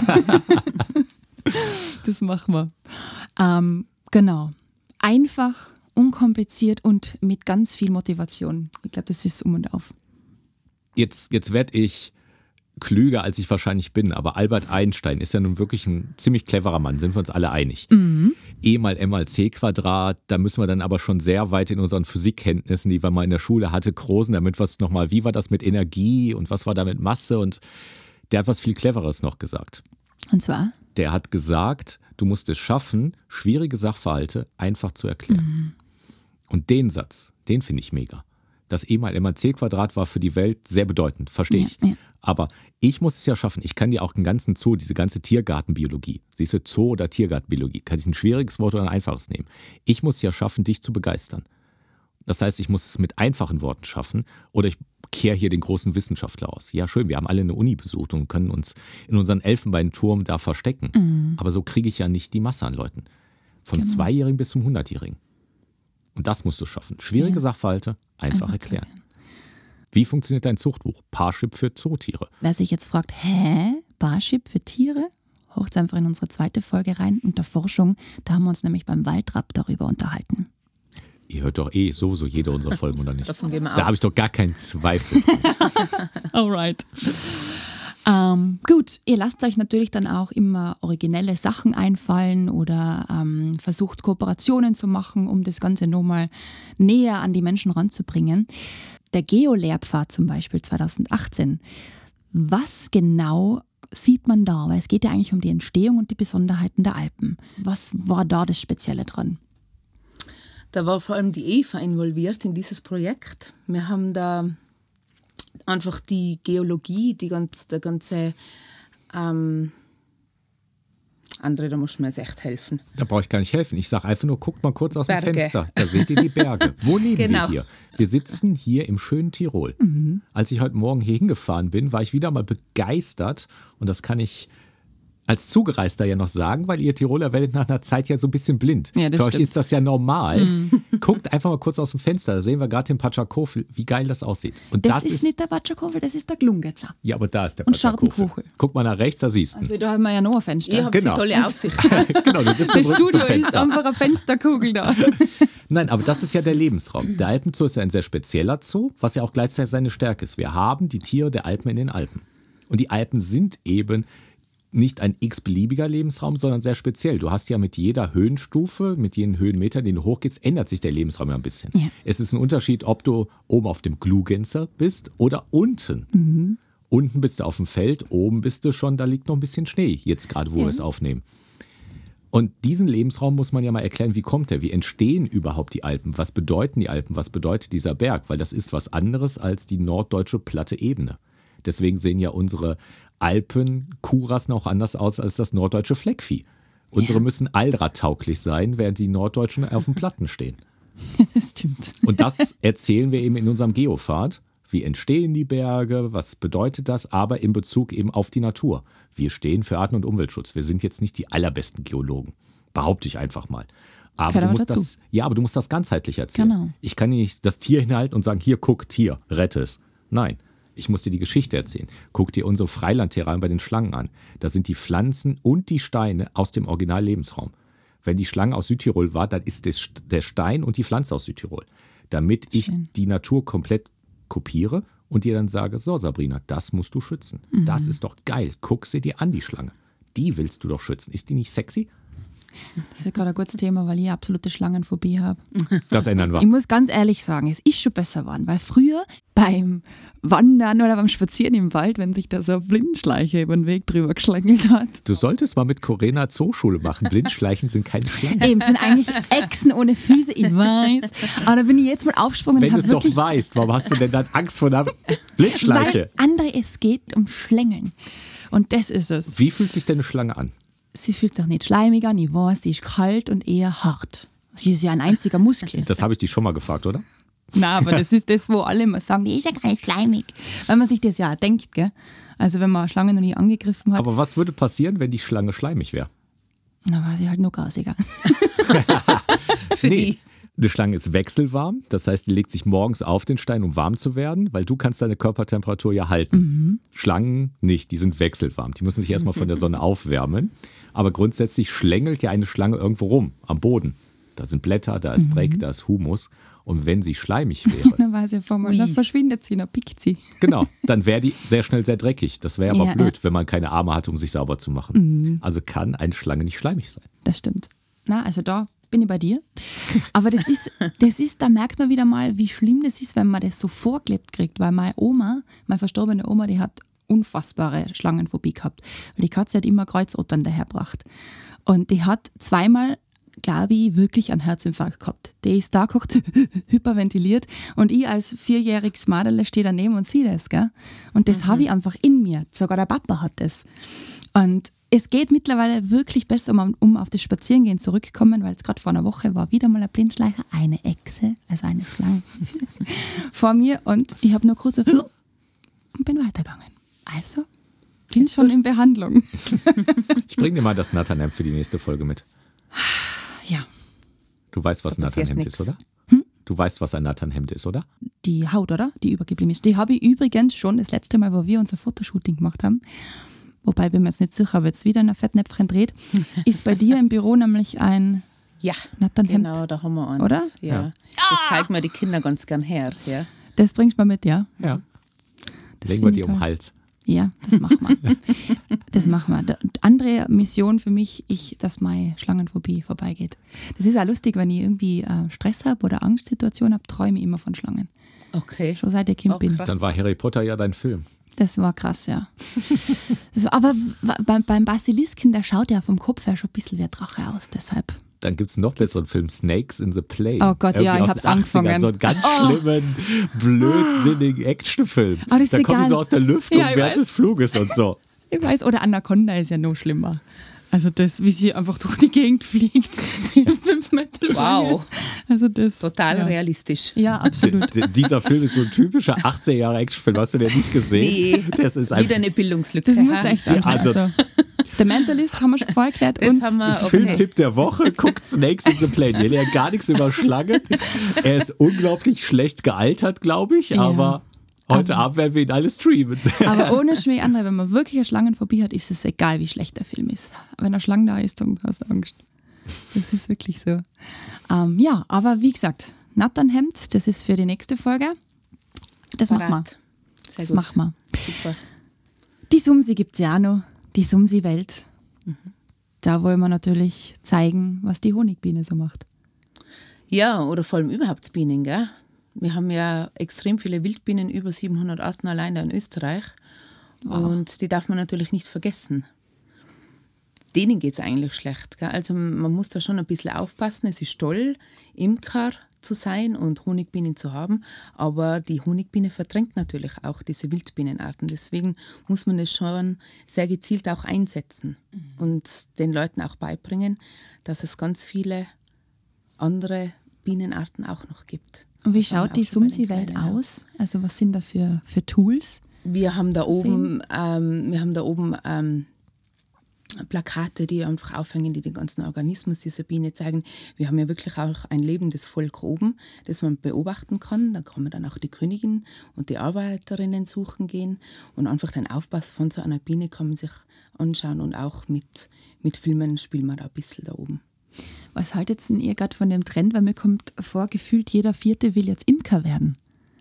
Das machen wir. Genau. Einfach, unkompliziert und mit ganz viel Motivation. Ich glaube, das ist um und auf. Jetzt werde ich klüger, als ich wahrscheinlich bin, aber Albert Einstein ist ja nun wirklich ein ziemlich cleverer Mann, sind wir uns alle einig. E mal M mal C Quadrat, da müssen wir dann aber schon sehr weit in unseren Physikkenntnissen, die wir mal in der Schule hatte, großen, damit was nochmal, wie war das mit Energie und was war da mit Masse, und der hat was viel Cleveres noch gesagt. Und zwar? Der hat gesagt, du musst es schaffen, schwierige Sachverhalte einfach zu erklären. Und den Satz, den finde ich mega. Das E mal M mal C Quadrat war für die Welt sehr bedeutend, verstehe ich. Ja. Aber ich muss es ja schaffen. Ich kann dir auch den ganzen Zoo, diese ganze Tiergartenbiologie, siehst du, Zoo oder Tiergartenbiologie, kann ich ein schwieriges Wort oder ein einfaches nehmen. Ich muss es ja schaffen, dich zu begeistern. Das heißt, ich muss es mit einfachen Worten schaffen oder ich kehre hier den großen Wissenschaftler aus. Ja, schön, wir haben alle eine Uni besucht und können uns in unseren Elfenbeinturm da verstecken. Aber so kriege ich ja nicht die Masse an Leuten. Von 2-Jährigen bis zum 100-Jährigen. Und das musst du schaffen. Schwierige Sachverhalte einfach erklären. Wie funktioniert dein Zuchtbuch? Parship für Zootiere. Wer sich jetzt fragt, Parship für Tiere? Haucht einfach in unsere zweite Folge rein. Unter Forschung, da haben wir uns nämlich beim Waldrapp darüber unterhalten. Ihr hört doch sowieso jede unserer Folgen, oder nicht? Davon gehen wir aus. Da habe ich doch gar keinen Zweifel. Alright. Gut, ihr lasst euch natürlich dann auch immer originelle Sachen einfallen oder versucht Kooperationen zu machen, um das Ganze nochmal näher an die Menschen ranzubringen. Der Geo-Lehrpfad zum Beispiel 2018. Was genau sieht man da? Weil es geht ja eigentlich um die Entstehung und die Besonderheiten der Alpen. Was war da das Spezielle dran? Da war vor allem die Eva involviert in dieses Projekt. Wir haben da einfach die Geologie, der ganze André, da musst du mir jetzt echt helfen. Da brauche ich gar nicht helfen. Ich sage einfach nur, guckt mal kurz aus Berge. dem Fenster. Da seht ihr die Berge. Wo leben Genau. wir hier? Wir sitzen hier im schönen Tirol. Als ich heute Morgen hier hingefahren bin, war ich wieder mal begeistert. Und das kann ich als Zugereister ja noch sagen, weil ihr Tiroler werdet nach einer Zeit ja so ein bisschen blind. Ja, das Für euch stimmt. ist das ja normal. Guckt einfach mal kurz aus dem Fenster. Da sehen wir gerade den Patschakofel, wie geil das aussieht. Und Das ist nicht der Batschakofel, das ist der Glungetzer. Ja, aber da ist der Und Patschakofel. Schartenkogel. Guck mal nach rechts, da siehst du ihn. Also da haben wir ja noch ein Fenster. Ihr habt Genau. so tolle Aussicht. Genau, du sitzt Das im Rücken zum Studio ist Fenster. einfach eine Fensterkugel da. Nein, aber das ist ja der Lebensraum. Der Alpenzoo ist ja ein sehr spezieller Zoo, was ja auch gleichzeitig seine Stärke ist. Wir haben die Tiere der Alpen in den Alpen. Und die Alpen sind eben nicht ein x-beliebiger Lebensraum, sondern sehr speziell. Du hast ja mit jeder Höhenstufe, mit jedem Höhenmeter, den du hochgehst, ändert sich der Lebensraum ja ein bisschen. Ja. Es ist ein Unterschied, ob du oben auf dem Glugenzer bist oder unten. Unten bist du auf dem Feld, oben bist du schon, da liegt noch ein bisschen Schnee, jetzt gerade, wo wir es aufnehmen. Und diesen Lebensraum muss man ja mal erklären, wie kommt der? Wie entstehen überhaupt die Alpen? Was bedeuten die Alpen? Was bedeutet dieser Berg? Weil das ist was anderes als die norddeutsche platte Ebene. Deswegen sehen ja unsere Alpen-Kuhrassen auch anders aus als das norddeutsche Fleckvieh. Unsere müssen allradtauglich sein, während die norddeutschen auf den Platten stehen. Das stimmt. Und das erzählen wir eben in unserem Geopfad. Wie entstehen die Berge? Was bedeutet das? Aber in Bezug eben auf die Natur. Wir stehen für Arten- und Umweltschutz. Wir sind jetzt nicht die allerbesten Geologen. Behaupte ich einfach mal. Aber Gehört du aber musst dazu. aber du musst das ganzheitlich erzählen. Genau. Ich kann nicht das Tier hinhalten und sagen, hier, guck, Tier, rette es. Nein, ich muss dir die Geschichte erzählen. Guck dir unsere Freilandterrarien bei den Schlangen an. Da sind die Pflanzen und die Steine aus dem Original-Lebensraum. Wenn die Schlange aus Südtirol war, dann ist das der Stein und die Pflanze aus Südtirol. Damit ich die Natur komplett kopiere und dir dann sage, so Sabrina, das musst du schützen. Das ist doch geil. Guck sie dir an, die Schlange. Die willst du doch schützen. Ist die nicht sexy? Das ist gerade ein gutes Thema, weil ich eine absolute Schlangenphobie habe. Das ändern wir. Ich muss ganz ehrlich sagen, es ist schon besser geworden, weil früher beim Wandern oder beim Spazieren im Wald, wenn sich da so eine Blindschleiche über den Weg drüber geschlängelt hat. Du solltest mal mit Corinna Zooschule machen. Blindschleichen sind keine Schlangen. Eben, sind eigentlich Echsen ohne Füße, ich weiß. Aber da bin ich jetzt mal aufgesprungen Wenn und du es habe doch wirklich... weißt, warum hast du denn dann Angst vor einer Blindschleiche? Weil, André, es geht um Schlängeln. Und das ist es. Wie fühlt sich denn eine Schlange an? Sie fühlt sich nicht schleimig an, ich weiß, sie ist kalt und eher hart. Sie ist ja ein einziger Muskel. Das habe ich dich schon mal gefragt, oder? Nein, aber das ist das, wo alle immer sagen, die ist ja gar nicht schleimig. Weil man sich das ja auch denkt, gell? Also wenn man eine Schlange noch nie angegriffen hat. Aber was würde passieren, wenn die Schlange schleimig wäre? Na, war sie halt nur gasiger. Für die. Eine Schlange ist wechselwarm, das heißt, die legt sich morgens auf den Stein, um warm zu werden, weil du kannst deine Körpertemperatur ja halten. Schlangen nicht, die sind wechselwarm. Die müssen sich erstmal von der Sonne aufwärmen. Aber grundsätzlich schlängelt ja eine Schlange irgendwo rum, am Boden. Da sind Blätter, da ist Dreck, da ist Humus. Und wenn sie schleimig wäre, Dann war sie ja vormal, dann verschwindet sie, dann pickt sie. genau, dann wäre die sehr schnell sehr dreckig. Das wäre aber Ja, blöd, wenn man keine Arme hat, um sich sauber zu machen. Also kann eine Schlange nicht schleimig sein. Das stimmt. Na, also da bin ich bei dir. Aber das ist, da merkt man wieder mal, wie schlimm das ist, wenn man das so vorgelebt kriegt. Weil meine verstorbene Oma, die hat unfassbare Schlangenphobie gehabt. Weil die Katze hat immer Kreuzottern dahergebracht. Und die hat zweimal, glaube ich, wirklich einen Herzinfarkt gehabt. Die ist da gekocht, hyperventiliert und ich als 4-jähriges Mädel stehe daneben und sehe das. Gell? Und das habe ich einfach in mir. Sogar der Papa hat das. Und es geht mittlerweile wirklich besser, um auf das Spazierengehen zurückzukommen, weil es gerade vor einer Woche war wieder mal ein Blindschleicher, eine Echse, also eine Schlange vor mir und ich habe nur kurz so und bin weitergegangen. Also, bin schon in Behandlung. Ich bringe dir mal das Natternhemd für die nächste Folge mit. Ja, Du weißt, was ein Da passiert Natternhemd nix. ist, oder? Du weißt, was ein Natternhemd ist, oder? die Haut, oder? Die übergeblieben ist. Die habe ich übrigens schon das letzte Mal, wo wir unser Fotoshooting gemacht haben, wobei bin mir jetzt nicht sicher, ob jetzt wieder in ein Fettnäpfchen dreht, ist bei dir im Büro nämlich ein Ja, Natternhemd. genau, da haben wir eins. Oder? Ja. Das zeigen mir die Kinder ganz gern her. Ja. Das bringst du mal mit, ja? Ja. Das Legen wir finde dir ich um den toll. Hals. Ja, das machen wir. Das machen wir. Die andere Mission für mich, dass meine Schlangenphobie vorbeigeht. Das ist auch lustig, wenn ich irgendwie Stress habe oder Angstsituation habe, träume ich immer von Schlangen. Okay. Schon seit ich Kind Oh, bin. krass. Dann war Harry Potter ja dein Film. Das war krass, ja. Also, aber beim Basilisken, der schaut ja vom Kopf her schon ein bisschen wie ein Drache aus, deshalb. Dann gibt es noch besseren Film, Snakes in the Plane. Oh Gott, ja, Irgendwie ich aus hab's den 80ern, angefangen. So einen ganz schlimmen, blödsinnigen Actionfilm. Aber das ist Da kommen die egal. so aus der Lüftung Ja, ich während weiß. des Fluges und so. Ich weiß, oder Anaconda ist ja noch schlimmer. Also das, wie sie einfach durch die Gegend fliegt. Die 5 Meter Schlange. Wow. Also das. Total ja. realistisch. Ja, absolut. Dieser Film ist so ein typischer 18 Jahre Actionfilm. Hast du den nicht gesehen? Nee, Das ist wieder eine Bildungslücke. Das musst du ha? echt anschauen. Also- Also, The Mentalist haben wir schon vorher erklärt. Das und haben wir, okay. Filmtipp der Woche, guckt Snakes in the Plane. Ihr lernt gar nichts über Schlange. Er ist unglaublich schlecht gealtert, glaube ich, Ja. aber heute Abend werden wir ihn alle streamen. Aber ohne Schmäh, André, wenn man wirklich eine Schlangenphobie hat, ist es egal, wie schlecht der Film ist. Wenn eine Schlange da ist, dann hast du Angst. Das ist wirklich so. Ja, aber wie gesagt, Natternhemd, das ist für die nächste Folge. Das machen wir. Parat. Sehr Das gut. machen wir. Super. Die Sumsi gibt es ja auch noch, die Sumsi-Welt. Da wollen wir natürlich zeigen, was die Honigbiene so macht. Ja, oder vor allem überhaupt Bienen, gell? Wir haben ja extrem viele Wildbienen, über 700 Arten allein da in Österreich. Und die darf man natürlich nicht vergessen. Denen geht es eigentlich schlecht. Gell? Also man muss da schon ein bisschen aufpassen. Es ist toll, Imker zu sein und Honigbienen zu haben, aber die Honigbiene verdrängt natürlich auch diese Wildbienenarten. Deswegen muss man es schon sehr gezielt auch einsetzen und den Leuten auch beibringen, dass es ganz viele andere Bienenarten auch noch gibt. Und wie Das haben schaut wir die auch schon bei den Sumsi-Welt Kleinen aus? Also was sind da für Tools? Wir haben da zu oben Plakate, die einfach aufhängen, die den ganzen Organismus dieser Biene zeigen. Wir haben ja wirklich auch ein lebendes Volk oben, das man beobachten kann. Da kann man dann auch die Königin und die Arbeiterinnen suchen gehen und einfach den Aufbau von so einer Biene kann man sich anschauen und auch mit Filmen spielen wir da ein bisschen da oben. Was haltet ihr gerade von dem Trend? Weil mir kommt vor, gefühlt jeder Vierte will jetzt Imker werden.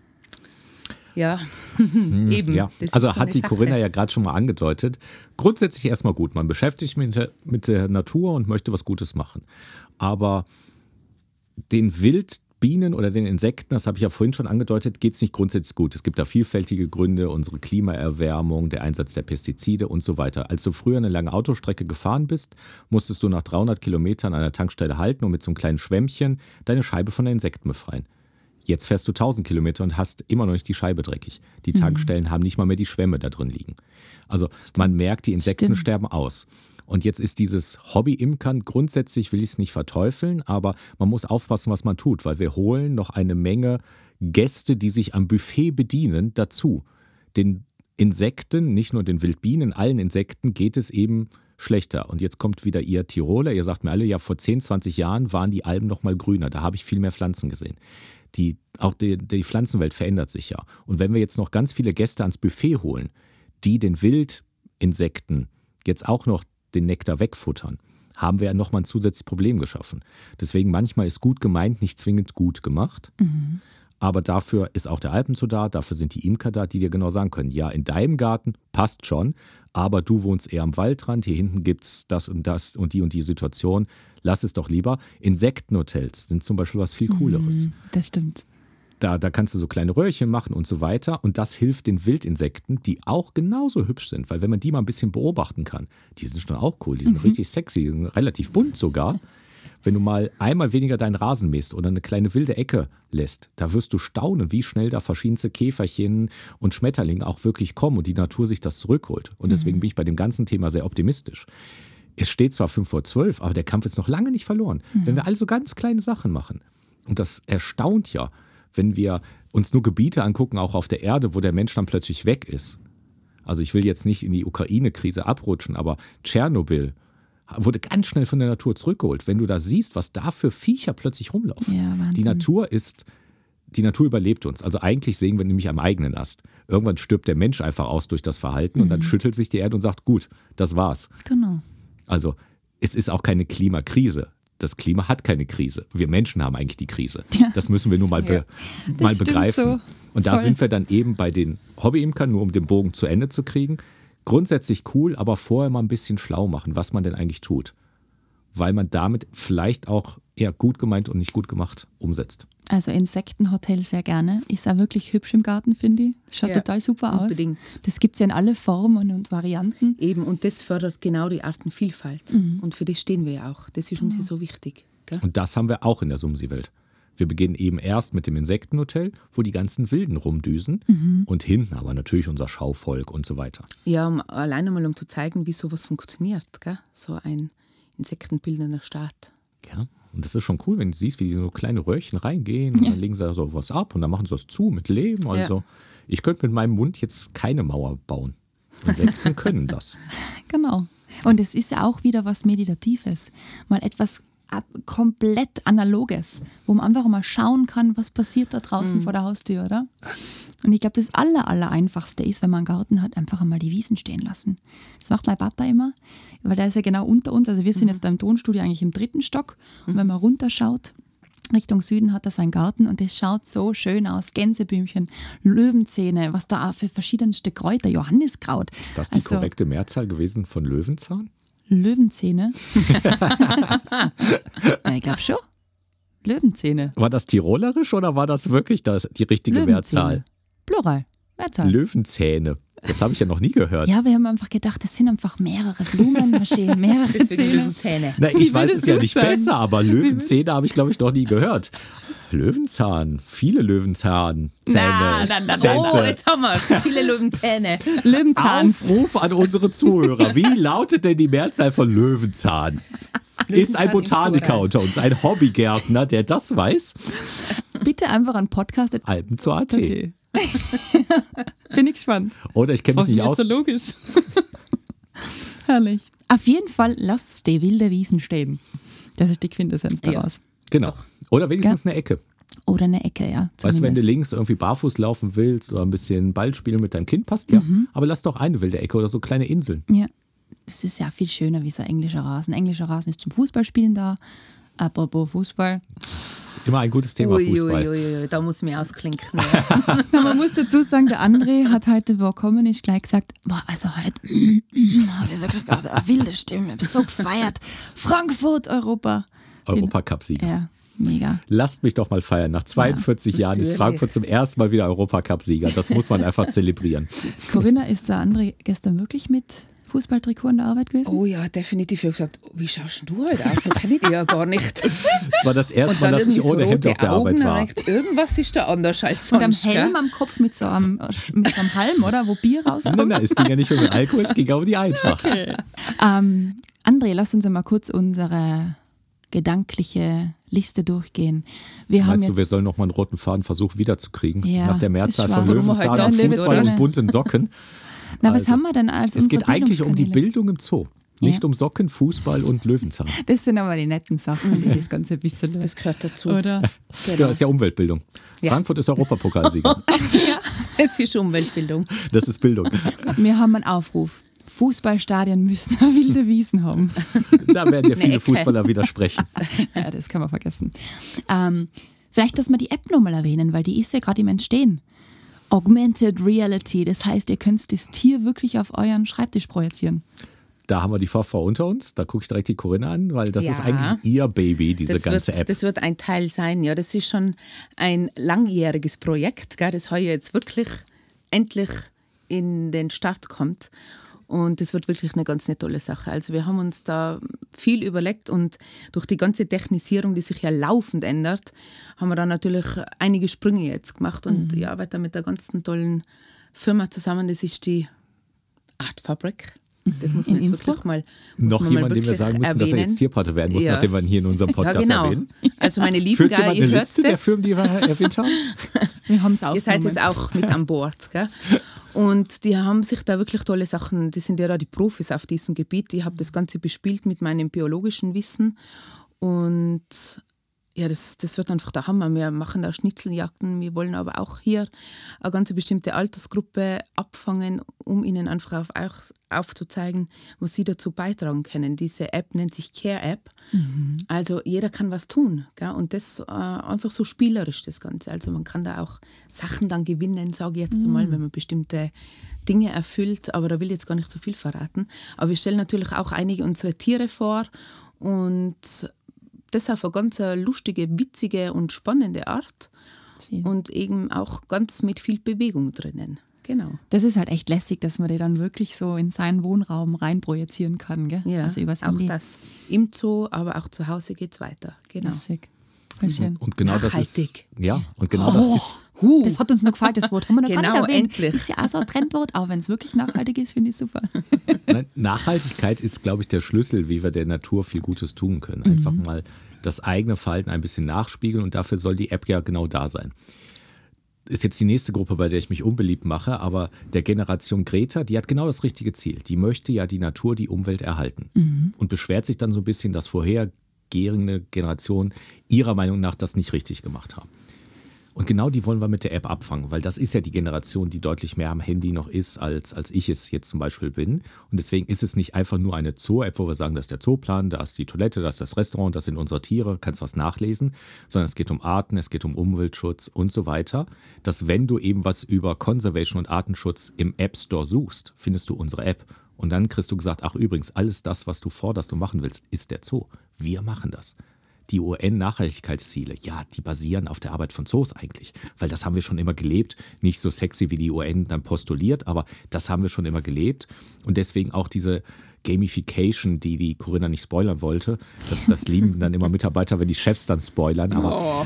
Ja, eben. Ja, Das ist also so hat eine die Sache. Corinna ja gerade schon mal angedeutet. Grundsätzlich erstmal gut. Man beschäftigt sich mit der Natur und möchte was Gutes machen. Aber den Wildbienen oder den Insekten, das habe ich ja vorhin schon angedeutet, geht es nicht grundsätzlich gut. Es gibt da vielfältige Gründe, unsere Klimaerwärmung, der Einsatz der Pestizide und so weiter. Als du früher eine lange Autostrecke gefahren bist, musstest du nach 300 Kilometern an einer Tankstelle halten und mit so einem kleinen Schwämmchen deine Scheibe von den Insekten befreien. Jetzt fährst du 1000 Kilometer und hast immer noch nicht die Scheibe dreckig. Die Tankstellen haben nicht mal mehr die Schwämme da drin liegen. Also man merkt, die Insekten Stimmt. sterben aus. Und jetzt ist dieses Hobby-Imkern, grundsätzlich will ich es nicht verteufeln, aber man muss aufpassen, was man tut, weil wir holen noch eine Menge Gäste, die sich am Buffet bedienen, dazu. Den Insekten, nicht nur den Wildbienen, allen Insekten geht es eben schlechter. Und jetzt kommt wieder ihr Tiroler, ihr sagt mir alle, ja, vor 10, 20 Jahren waren die Alpen noch mal grüner, da habe ich viel mehr Pflanzen gesehen. Auch die Pflanzenwelt verändert sich ja. Und wenn wir jetzt noch ganz viele Gäste ans Buffet holen, die den Wildinsekten jetzt auch noch den Nektar wegfuttern, haben wir ja nochmal ein zusätzliches Problem geschaffen. Deswegen manchmal ist gut gemeint nicht zwingend gut gemacht. Aber dafür ist auch der Alpenzoo da, dafür sind die Imker da, die dir genau sagen können, ja, in deinem Garten passt schon, aber du wohnst eher am Waldrand, hier hinten gibt es das und die Situation, lass es doch lieber. Insektenhotels sind zum Beispiel was viel Cooleres. Das stimmt. Da kannst du so kleine Röhrchen machen und so weiter und das hilft den Wildinsekten, die auch genauso hübsch sind, weil wenn man die mal ein bisschen beobachten kann, die sind schon auch cool, die sind richtig sexy, relativ bunt sogar. Wenn du mal einmal weniger deinen Rasen mähst oder eine kleine wilde Ecke lässt, da wirst du staunen, wie schnell da verschiedenste Käferchen und Schmetterlinge auch wirklich kommen und die Natur sich das zurückholt. Und deswegen bin ich bei dem ganzen Thema sehr optimistisch. Es steht zwar 11:55, aber der Kampf ist noch lange nicht verloren. Wenn wir also ganz kleine Sachen machen, und das erstaunt ja, wenn wir uns nur Gebiete angucken, auch auf der Erde, wo der Mensch dann plötzlich weg ist. Also ich will jetzt nicht in die Ukraine-Krise abrutschen, aber Tschernobyl wurde ganz schnell von der Natur zurückgeholt. Wenn du da siehst, was da für Viecher plötzlich rumlaufen. Ja, Wahnsinn. Die Natur überlebt uns. Also eigentlich sägen wir nämlich am eigenen Ast. Irgendwann stirbt der Mensch einfach aus durch das Verhalten und dann schüttelt sich die Erde und sagt, gut, das war's. Genau. Also es ist auch keine Klimakrise. Das Klima hat keine Krise. Wir Menschen haben eigentlich die Krise. Ja. Das müssen wir nur mal begreifen. So. Und da Voll. sind wir dann eben bei den Hobbyimkern, nur um den Bogen zu Ende zu kriegen. Grundsätzlich cool, aber vorher mal ein bisschen schlau machen, was man denn eigentlich tut. Weil man damit vielleicht auch eher gut gemeint und nicht gut gemacht umsetzt. Also Insektenhotel sehr gerne. Ist auch wirklich hübsch im Garten, finde ich. Schaut Ja, total super aus. unbedingt. Das gibt es ja in alle Formen und Varianten. Eben, und das fördert genau die Artenvielfalt. Und für das stehen wir ja auch. Das ist uns ja so wichtig. Gell? Und das haben wir auch in der Sumsi-Welt. Wir beginnen eben erst mit dem Insektenhotel, wo die ganzen Wilden rumdüsen. Und hinten aber natürlich unser Schauvolk und so weiter. Ja, allein einmal um zu zeigen, wie sowas funktioniert. Gell? So ein insektenbildender Staat. Ja, und das ist schon cool, wenn du siehst, wie die so kleine Röhrchen reingehen und dann legen sie da so was ab und dann machen sie das zu mit Lehm. Also ich könnte mit meinem Mund jetzt keine Mauer bauen. Insekten können das. Genau. Und es ist ja auch wieder was Meditatives. Mal etwas komplett Analoges, wo man einfach mal schauen kann, was passiert da draußen vor der Haustür, oder? Und ich glaube, das Allereinfachste ist, wenn man einen Garten hat, einfach einmal die Wiesen stehen lassen. Das macht mein Papa immer, weil der ist ja genau unter uns. Also wir sind jetzt da im Tonstudio eigentlich im 3. Stock. Und wenn man runterschaut, Richtung Süden hat er seinen Garten und das schaut so schön aus. Gänseblümchen, Löwenzähne, was da auch für verschiedenste Kräuter, Johanniskraut. Ist das die korrekte Mehrzahl gewesen von Löwenzahn? Löwenzähne? Ja, ich glaube schon. Löwenzähne. War das tirolerisch oder war das wirklich die richtige Mehrzahl? Plural. Mehrzahl. Löwenzähne. Das habe ich ja noch nie gehört. Ja, wir haben einfach gedacht, das sind einfach mehrere Blumen, mehrere Deswegen Zähne. Löwenzähne. Na, ich weiß es würdest ja du nicht sagen? besser, aber Löwenzähne habe ich, glaube ich, noch nie gehört. Löwenzahn, viele Löwenzahn. Oh, jetzt haben wir es. Viele Löwenzähne. Löwenzahns. Aufruf an unsere Zuhörer. Wie lautet denn die Mehrzahl von Löwenzahn? Ist ein Botaniker unter uns, ein Hobbygärtner, der das weiß? Bitte einfach an Podcast. Alpenzoo.at. Bin ich gespannt. Oder ich kenne mich nicht aus. so logisch. Herrlich. Auf jeden Fall lasst die wilde Wiesen stehen. Das ist die Quintessenz daraus. Genau. Oder wenigstens eine Ecke. Oder eine Ecke, ja. Weißt du, wenn du zumindest. links irgendwie barfuß laufen willst oder ein bisschen Ball spielen mit deinem Kind, passt ja. Aber lass doch eine wilde Ecke oder so kleine Inseln. Ja, das ist ja viel schöner wie so ein englischer Rasen. Englischer Rasen ist zum Fußballspielen da. Apropos Fußball. Das ist immer ein gutes Thema, Fußball. Ui, da muss ich mich ausklinken. Ja. Na, man muss dazu sagen, der André hat heute, wo er gekommen ist, gleich gesagt, boah, also heute habe ich wirklich gerade eine wilde Stimme, ich habe so gefeiert. Frankfurt, Europa. Europacup-Sieger. Ja, mega. Lasst mich doch mal feiern. Nach 42 Jahren ist natürlich. Frankfurt zum ersten Mal wieder Europacup-Sieger. Das muss man einfach zelebrieren. Corinna, ist der André gestern wirklich mit Fußballtrikot an der Arbeit gewesen? Oh ja, definitiv. Ich habe gesagt, wie schaust denn du heute aus? So kenne ich dich ja gar nicht. Das war das erste Mal, dass irgendwie ich ohne Hemd rote auf der Augen, Arbeit dann war. hab ich gedacht, irgendwas ist da anders als Und am sonst. Helm Gell? am Kopf mit so einem Halm, oder? Wo Bier rauskommt. Nein, es ging ja nicht um den Alkohol, es ging um die Eintracht. André, lass uns einmal kurz unsere gedankliche Liste durchgehen. Wir haben Meinst du, wir jetzt sollen noch mal einen roten Faden versuchen wiederzukriegen? Ja, Nach der Mehrzahl ist von wahr. Warum wir Löwenzahn heute und da sind, Fußball oder? und bunten Socken. was haben wir denn als Es unsere geht eigentlich um die Bildungskanäle? Bildung im Zoo. Nicht um Socken, Fußball und Löwenzahn. Das sind aber die netten Sachen, die das Ganze ein bisschen... Das gehört dazu. Oder? Ja, das ist ja Umweltbildung. Ja. Frankfurt ist Europapokalsieger. Es ist Umweltbildung. Das ist Bildung. Wir haben einen Aufruf. Fußballstadien müssen wilde Wiesen haben. Da werden ja viele Ecke. Fußballer widersprechen. Ja, das kann man vergessen. Vielleicht, dass wir die App nochmal erwähnen, weil die ist ja gerade im Entstehen. Augmented Reality, das heißt, ihr könnt das Tier wirklich auf euren Schreibtisch projizieren. Da haben wir die Vorfrau unter uns. Da gucke ich direkt die Corinna an, weil das Ja. ist eigentlich ihr Baby, diese ganze App. Das wird ein Teil sein, ja. Das ist schon ein langjähriges Projekt, gell, das heuer jetzt wirklich endlich in den Start kommt. Und das wird wirklich eine ganz eine tolle Sache. Also wir haben uns da viel überlegt und durch die ganze Technisierung, die sich ja laufend ändert, haben wir da natürlich einige Sprünge jetzt gemacht und ich arbeite mit der ganzen tollen Firma zusammen. Das ist die Art Fabric. Das muss man In jetzt Innsbruck? wirklich mal Noch muss man mal jemand, dem wir wirklich sagen müssen, dass er jetzt Tierpate werden muss, Ja. nachdem wir ihn hier in unserem Podcast Ja, genau. erwähnen. Also meine lieben Führt Geier, jemand ihr eine hört Liste der das. Firmen, die wir erwähnt haben? Wir haben es Ihr seid jetzt auch mit an Bord. Gell? Und die haben sich da wirklich tolle Sachen, die sind ja da die Profis auf diesem Gebiet. Ich habe das Ganze bespielt mit meinem biologischen Wissen. Und ja, das wird einfach der Hammer. Wir machen da Schnitzeljagden. Wir wollen aber auch hier eine ganz bestimmte Altersgruppe abfangen, um ihnen einfach aufzuzeigen, was sie dazu beitragen können. Diese App nennt sich Care App. Also jeder kann was tun. Gell? Und das einfach so spielerisch, das Ganze. Also man kann da auch Sachen dann gewinnen, sage ich jetzt einmal, wenn man bestimmte Dinge erfüllt. Aber da will ich jetzt gar nicht so viel verraten. Aber wir stellen natürlich auch einige unserer Tiere vor und das auf eine ganz lustige, witzige und spannende Art und eben auch ganz mit viel Bewegung drinnen. Genau. Das ist halt echt lässig, dass man die dann wirklich so in seinen Wohnraum reinprojizieren kann, gell? Ja, Also übers auch Handy. das. Im Zoo, aber auch zu Hause geht es weiter. Genau. Lässig. Voll schön. Und genau Nachhaltig. das ist. Ja, und genau das ist. Das hat uns noch gefallen, das Wort. Haben wir noch gar Genau, nicht erwähnt. endlich. Das ist ja auch so ein Trendwort, auch wenn es wirklich nachhaltig ist, finde ich super. Nein, Nachhaltigkeit ist, glaube ich, der Schlüssel, wie wir der Natur viel Gutes tun können. Einfach mal das eigene Verhalten ein bisschen nachspiegeln und dafür soll die App ja genau da sein. Ist jetzt die nächste Gruppe, bei der ich mich unbeliebt mache, aber der Generation Greta, die hat genau das richtige Ziel. Die möchte ja die Natur, die Umwelt erhalten und beschwert sich dann so ein bisschen, dass vorhergehende Generationen ihrer Meinung nach das nicht richtig gemacht haben. Und genau die wollen wir mit der App abfangen, weil das ist ja die Generation, die deutlich mehr am Handy noch ist, als ich es jetzt zum Beispiel bin. Und deswegen ist es nicht einfach nur eine Zoo-App, wo wir sagen, das ist der Zooplan, da ist die Toilette, das ist das Restaurant, das sind unsere Tiere, kannst was nachlesen, sondern es geht um Arten, es geht um Umweltschutz und so weiter. Dass wenn du eben was über Conservation und Artenschutz im App Store suchst, findest du unsere App. Und dann kriegst du gesagt, ach übrigens, alles das, was du forderst und machen willst, ist der Zoo. Wir machen das. Die UN-Nachhaltigkeitsziele, ja, die basieren auf der Arbeit von Zoos eigentlich, weil das haben wir schon immer gelebt, nicht so sexy wie die UN dann postuliert, aber das haben wir schon immer gelebt und deswegen auch diese Gamification, die Corinna nicht spoilern wollte, das lieben dann immer Mitarbeiter, wenn die Chefs dann spoilern, aber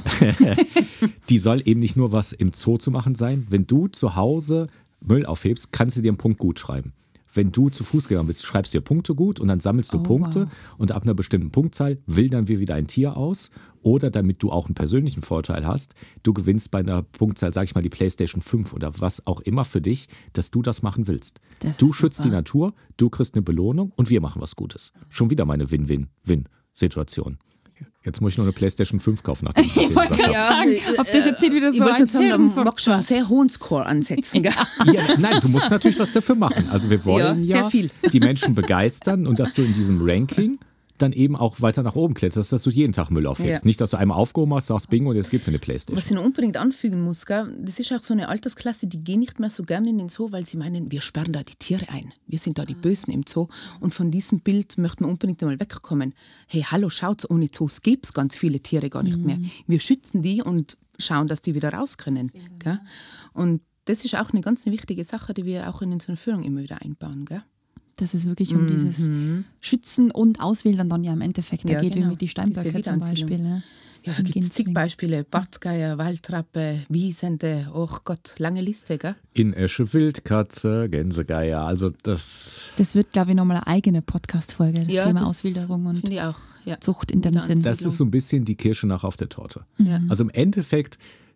die soll eben nicht nur was im Zoo zu machen sein, wenn du zu Hause Müll aufhebst, kannst du dir einen Punkt gut schreiben. Wenn du zu Fuß gegangen bist, schreibst du dir Punkte gut und dann sammelst du Punkte und ab einer bestimmten Punktzahl wildern wir wieder ein Tier aus oder damit du auch einen persönlichen Vorteil hast, du gewinnst bei einer Punktzahl, sag ich mal, die PlayStation 5 oder was auch immer für dich, dass du das machen willst. Das Du ist schützt super. die Natur, du kriegst eine Belohnung und wir machen was Gutes. Schon wieder meine Win-Win-Win-Situation. Jetzt muss ich noch eine PlayStation 5 kaufen, nachdem ich das jetzt gesagt habe. Ja, Ob das jetzt nicht wieder ich so wollte ein gerade sagen, da Hirnfurz magst du einen sehr hohen Score ansetzen. Gell? Ja, nein, du musst natürlich was dafür machen. Also wir wollen Ja, ja, sehr viel. die Menschen begeistern und dass du in diesem Ranking dann eben auch weiter nach oben kletterst, dass du jeden Tag Müll aufhebst. Ja. Nicht, dass du einmal aufgehoben hast, sagst Bingo und jetzt gib mir eine Was Playstation. ich noch unbedingt anfügen muss, gell? Das ist auch so eine Altersklasse, die gehen nicht mehr so gerne in den Zoo, weil sie meinen, wir sperren da die Tiere ein. Wir sind da die Bösen im Zoo. Und von diesem Bild möchten wir unbedingt einmal wegkommen. Hey, hallo, schaut, ohne Zoos gäbe es ganz viele Tiere gar nicht mehr. Wir schützen die und schauen, dass die wieder raus können. Gell? Und das ist auch eine ganz wichtige Sache, die wir auch in unserer Führung immer wieder einbauen. Gell? Das ist wirklich um dieses Schützen und Auswählen dann ja im Endeffekt. Da Ja, geht genau. wie mit die Steinböcke Diese zum Wiederansiedlung. Beispiel. Ne? Ja, da Im gibt es zig Gänzling. Beispiele. Badgeier, Waldrappe, Wiesente, oh Gott, lange Liste. Gell? In Esche Wildkatze, Gänsegeier, also das... Das wird, glaube ich, nochmal eine eigene Podcast-Folge, das Thema das Auswilderung und finde ich auch. Ja. Zucht in dem Sinn. Das ist so ein bisschen die Kirsche nach auf der Torte. Ja. Also im Endeffekt,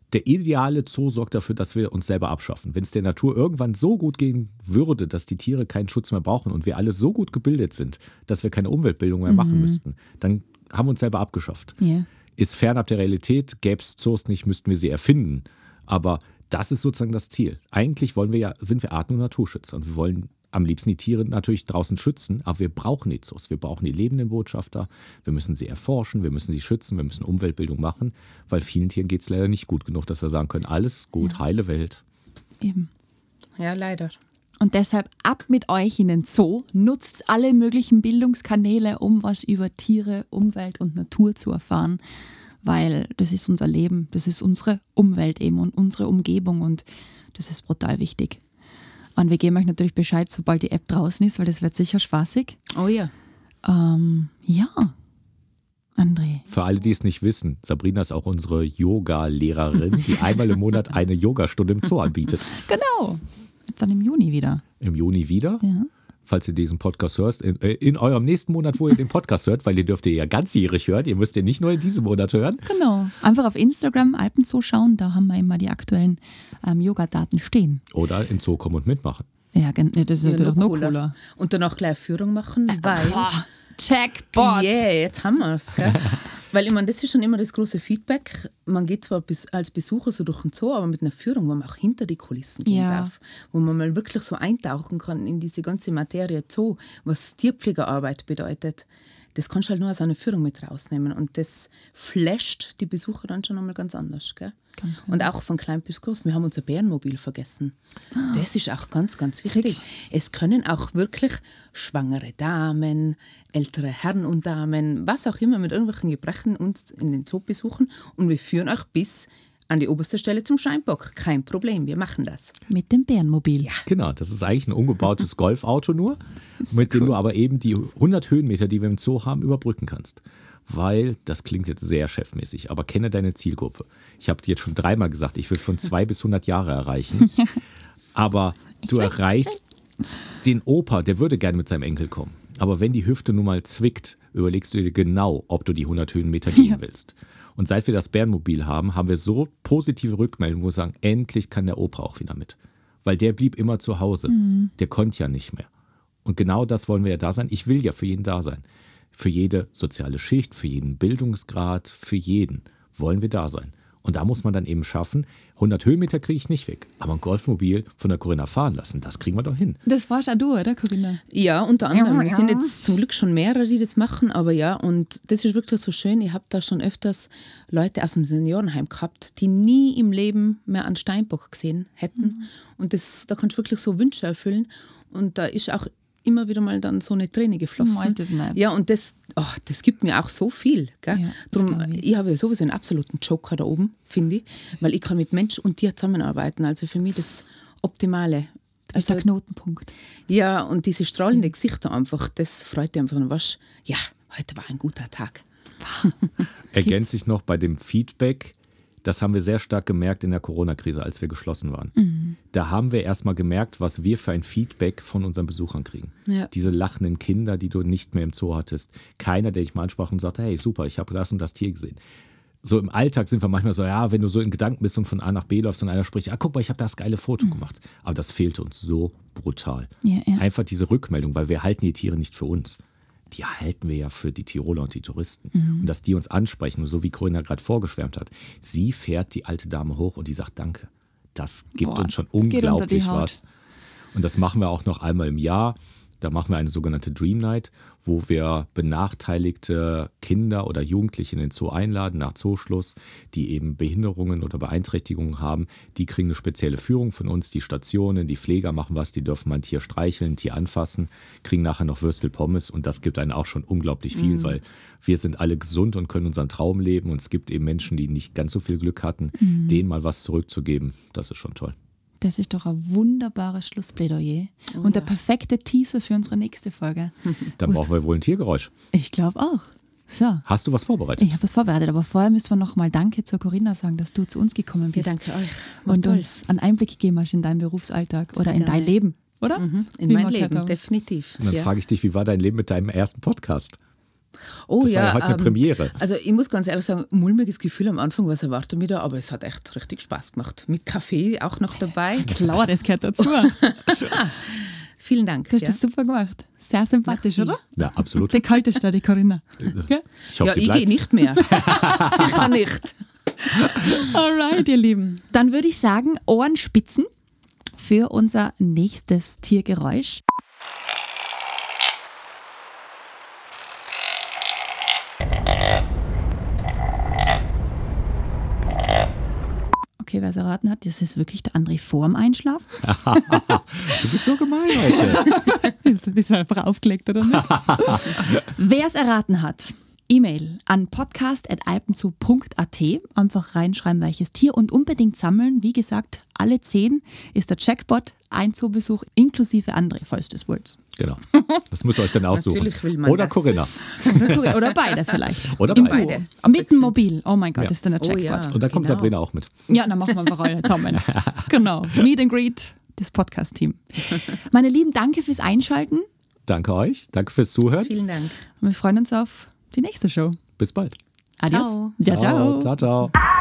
der ideale Zoo sorgt dafür, dass wir uns selber abschaffen. Wenn es der Natur irgendwann so gut gehen würde, dass die Tiere keinen Schutz mehr brauchen und wir alle so gut gebildet sind, dass wir keine Umweltbildung mehr machen müssten, dann haben wir uns selber abgeschafft. Ja. Ist fernab der Realität, gäbe es Zoos nicht, müssten wir sie erfinden. Aber das ist sozusagen das Ziel. Eigentlich sind wir Arten- und Naturschützer und wir wollen am liebsten die Tiere natürlich draußen schützen, aber wir brauchen die Zoos, wir brauchen die lebenden Botschafter, wir müssen sie erforschen, wir müssen sie schützen, wir müssen Umweltbildung machen, weil vielen Tieren geht es leider nicht gut genug, dass wir sagen können, alles gut, heile Welt. Eben. Ja, leider. Und deshalb ab mit euch in den Zoo, nutzt alle möglichen Bildungskanäle, um was über Tiere, Umwelt und Natur zu erfahren, weil das ist unser Leben, das ist unsere Umwelt eben und unsere Umgebung und das ist brutal wichtig. Und wir geben euch natürlich Bescheid, sobald die App draußen ist, weil das wird sicher spaßig. Oh ja. Ja, André. Für alle, die es nicht wissen, Sabrina ist auch unsere Yoga-Lehrerin, die einmal im Monat eine Yogastunde im Zoo anbietet. Genau. Jetzt dann im Juni wieder. Im Juni wieder. Ja. Falls ihr diesen Podcast hört, in eurem nächsten Monat, wo ihr den Podcast hört, weil ihr dürft ihr ja ganzjährig hören, ihr müsst ja nicht nur in diesem Monat hören. Genau. Einfach auf Instagram Alpenzoo schauen, da haben wir immer die aktuellen Yoga-Daten stehen. Oder im Zoo kommen und mitmachen. Ja, das ist Ja, natürlich noch cooler. cooler. Und danach gleich Führung machen, weil... Checkpot! Yeah, jetzt haben wir es. Weil ich meine, das ist schon immer das große Feedback. Man geht zwar als Besucher so durch den Zoo, aber mit einer Führung, wo man auch hinter die Kulissen gehen Ja. darf. Wo man mal wirklich so eintauchen kann in diese ganze Materie Zoo, was Tierpflegerarbeit bedeutet. Das kannst du halt nur aus einer Führung mit rausnehmen. Und das flasht die Besucher dann schon einmal ganz anders. Gell? Ganz Und auch von klein bis groß. Wir haben unser Bärenmobil vergessen. Das ist auch ganz, ganz wichtig. Es können auch wirklich schwangere Damen, ältere Herren und Damen, was auch immer mit irgendwelchen Gebrechen uns in den Zoo besuchen. Und wir führen euch bis an die oberste Stelle zum Steinbock. Kein Problem, wir machen das. Mit dem Bärenmobil. Ja. Genau, das ist eigentlich ein umgebautes Golfauto nur, mit dem du aber eben die 100 Höhenmeter, die wir im Zoo haben, überbrücken kannst. Weil, das klingt jetzt sehr chefmäßig, aber kenne deine Zielgruppe. Ich habe dir jetzt schon 3-mal gesagt, ich will von 2 bis 100 Jahre erreichen. Aber du erreichst den Opa, der würde gerne mit seinem Enkel kommen. Aber wenn die Hüfte nun mal zwickt, überlegst du dir genau, ob du die 100 Höhenmeter gehen willst. Und seit wir das Bärenmobil haben, haben wir so positive Rückmeldungen, wo wir sagen, endlich kann der Opa auch wieder mit. Weil der blieb immer zu Hause. Der konnte ja nicht mehr. Und genau das wollen wir ja da sein. Ich will ja für jeden da sein. Für jede soziale Schicht, für jeden Bildungsgrad, für jeden wollen wir da sein. Und da muss man dann eben schaffen, 100 Höhenmeter kriege ich nicht weg. Aber ein Golfmobil von der Corinna fahren lassen, das kriegen wir doch hin. Das warst auch du, oder Corinna? Ja, unter anderem. Wir sind jetzt zum Glück schon mehrere, die das machen, aber ja, und das ist wirklich so schön. Ich habe da schon öfters Leute aus dem Seniorenheim gehabt, die nie im Leben mehr einen Steinbock gesehen hätten. Und da kannst du wirklich so Wünsche erfüllen. Und da ist auch immer wieder mal dann so eine Träne geflossen. Meint es nicht. Ja, und das gibt mir auch so viel. Gell? Ja, das Drum, glaub ich. ich habe ja sowieso einen absoluten Joker da oben, finde ich, weil ich kann mit Mensch und Tier zusammenarbeiten. Also für mich das Optimale. Das ist der Knotenpunkt. Ja, und diese strahlende Gesichter einfach, das freut dich einfach. Und weißt, ja, heute war ein guter Tag. Ergänzt sich noch bei dem Feedback, das haben wir sehr stark gemerkt in der Corona-Krise, als wir geschlossen waren. Da haben wir erstmal gemerkt, was wir für ein Feedback von unseren Besuchern kriegen. Ja. Diese lachenden Kinder, die du nicht mehr im Zoo hattest. Keiner, der dich mal ansprach und sagte, hey, super, ich habe das und das Tier gesehen. So im Alltag sind wir manchmal so, ja, wenn du so in Gedanken bist und von A nach B läufst und einer spricht, guck mal, ich habe das geile Foto gemacht. Aber das fehlte uns so brutal. Ja, ja. Einfach diese Rückmeldung, weil wir halten die Tiere nicht für uns. Die halten wir ja für die Tiroler und die Touristen. Und dass die uns ansprechen, so wie Corinna gerade vorgeschwärmt hat. Sie fährt die alte Dame hoch und die sagt Danke. Das gibt Boah, uns schon das geht unter die unglaublich Haut. was. Und das machen wir auch noch einmal im Jahr. Da machen wir eine sogenannte Dream Night, wo wir benachteiligte Kinder oder Jugendliche in den Zoo einladen nach Zooschluss, die eben Behinderungen oder Beeinträchtigungen haben. Die kriegen eine spezielle Führung von uns. Die Stationen, die Pfleger machen was, die dürfen mal ein Tier streicheln, ein Tier anfassen, kriegen nachher noch Würstel Pommes und das gibt einen auch schon unglaublich viel, weil wir sind alle gesund und können unseren Traum leben und es gibt eben Menschen, die nicht ganz so viel Glück hatten, denen mal was zurückzugeben. Das ist schon toll. Das ist doch ein wunderbares Schlussplädoyer und der perfekte Teaser für unsere nächste Folge. Dann brauchen wir wohl ein Tiergeräusch. Ich glaube auch. So, Hast du was vorbereitet? ich habe was vorbereitet, aber vorher müssen wir noch mal Danke zur Corinna sagen, dass du zu uns gekommen Ja, bist danke euch. War und toll. uns einen Einblick gegeben hast in deinen Berufsalltag oder in gerne. dein Leben, oder? In Wie mein wir gehört Leben, haben. definitiv. Und dann Ja. frage ich dich, wie war dein Leben mit deinem ersten Podcast? Oh Das war ja, ja heute eine Premiere. Also ich muss ganz ehrlich sagen, mulmiges Gefühl am Anfang, was erwartet mich da, aber es hat echt richtig Spaß gemacht. Mit Kaffee auch noch dabei. Klar, das gehört dazu. Vielen Dank. Du hast das super gemacht. Sehr sympathisch, Merci. oder? Ja, absolut. Die kalteste da, die Corinna. Gell? Ich hoffe, Ja, sie ich bleibt. gehe nicht mehr. Sicher nicht. Alright, ihr Lieben. Dann würde ich sagen, Ohrenspitzen für unser nächstes Tiergeräusch. Okay, wer es erraten hat, das ist wirklich der André vorm Einschlafen. Du bist so gemein heute. Das ist einfach aufgelegt, oder nicht? Wer es erraten hat, E-Mail an podcast@alpenzoo.at. Einfach reinschreiben, welches Tier und unbedingt sammeln. Wie gesagt, alle 10 ist der Jackpot, ein Zoobesuch inklusive André, falls du es wollt. Genau. Das müsst ihr euch dann aussuchen. Natürlich will man Oder das. Corinna. Oder beide vielleicht. Oder Im beide. Duo. Beide. Mit dem Abwechselnd. Mobil. Oh mein Gott, Ja. das ist dann der Oh Jackpot. ja. Und dann kommt Genau. Sabrina auch mit. Ja, dann machen wir einfach alle zusammen. Genau. Meet and Greet, das Podcast-Team. Meine Lieben, danke fürs Einschalten. Danke euch. Danke fürs Zuhören. Vielen Dank. Wir freuen uns auf die nächste Show. Bis bald. Adios. Ciao. Ciao, ciao. Ciao, ciao.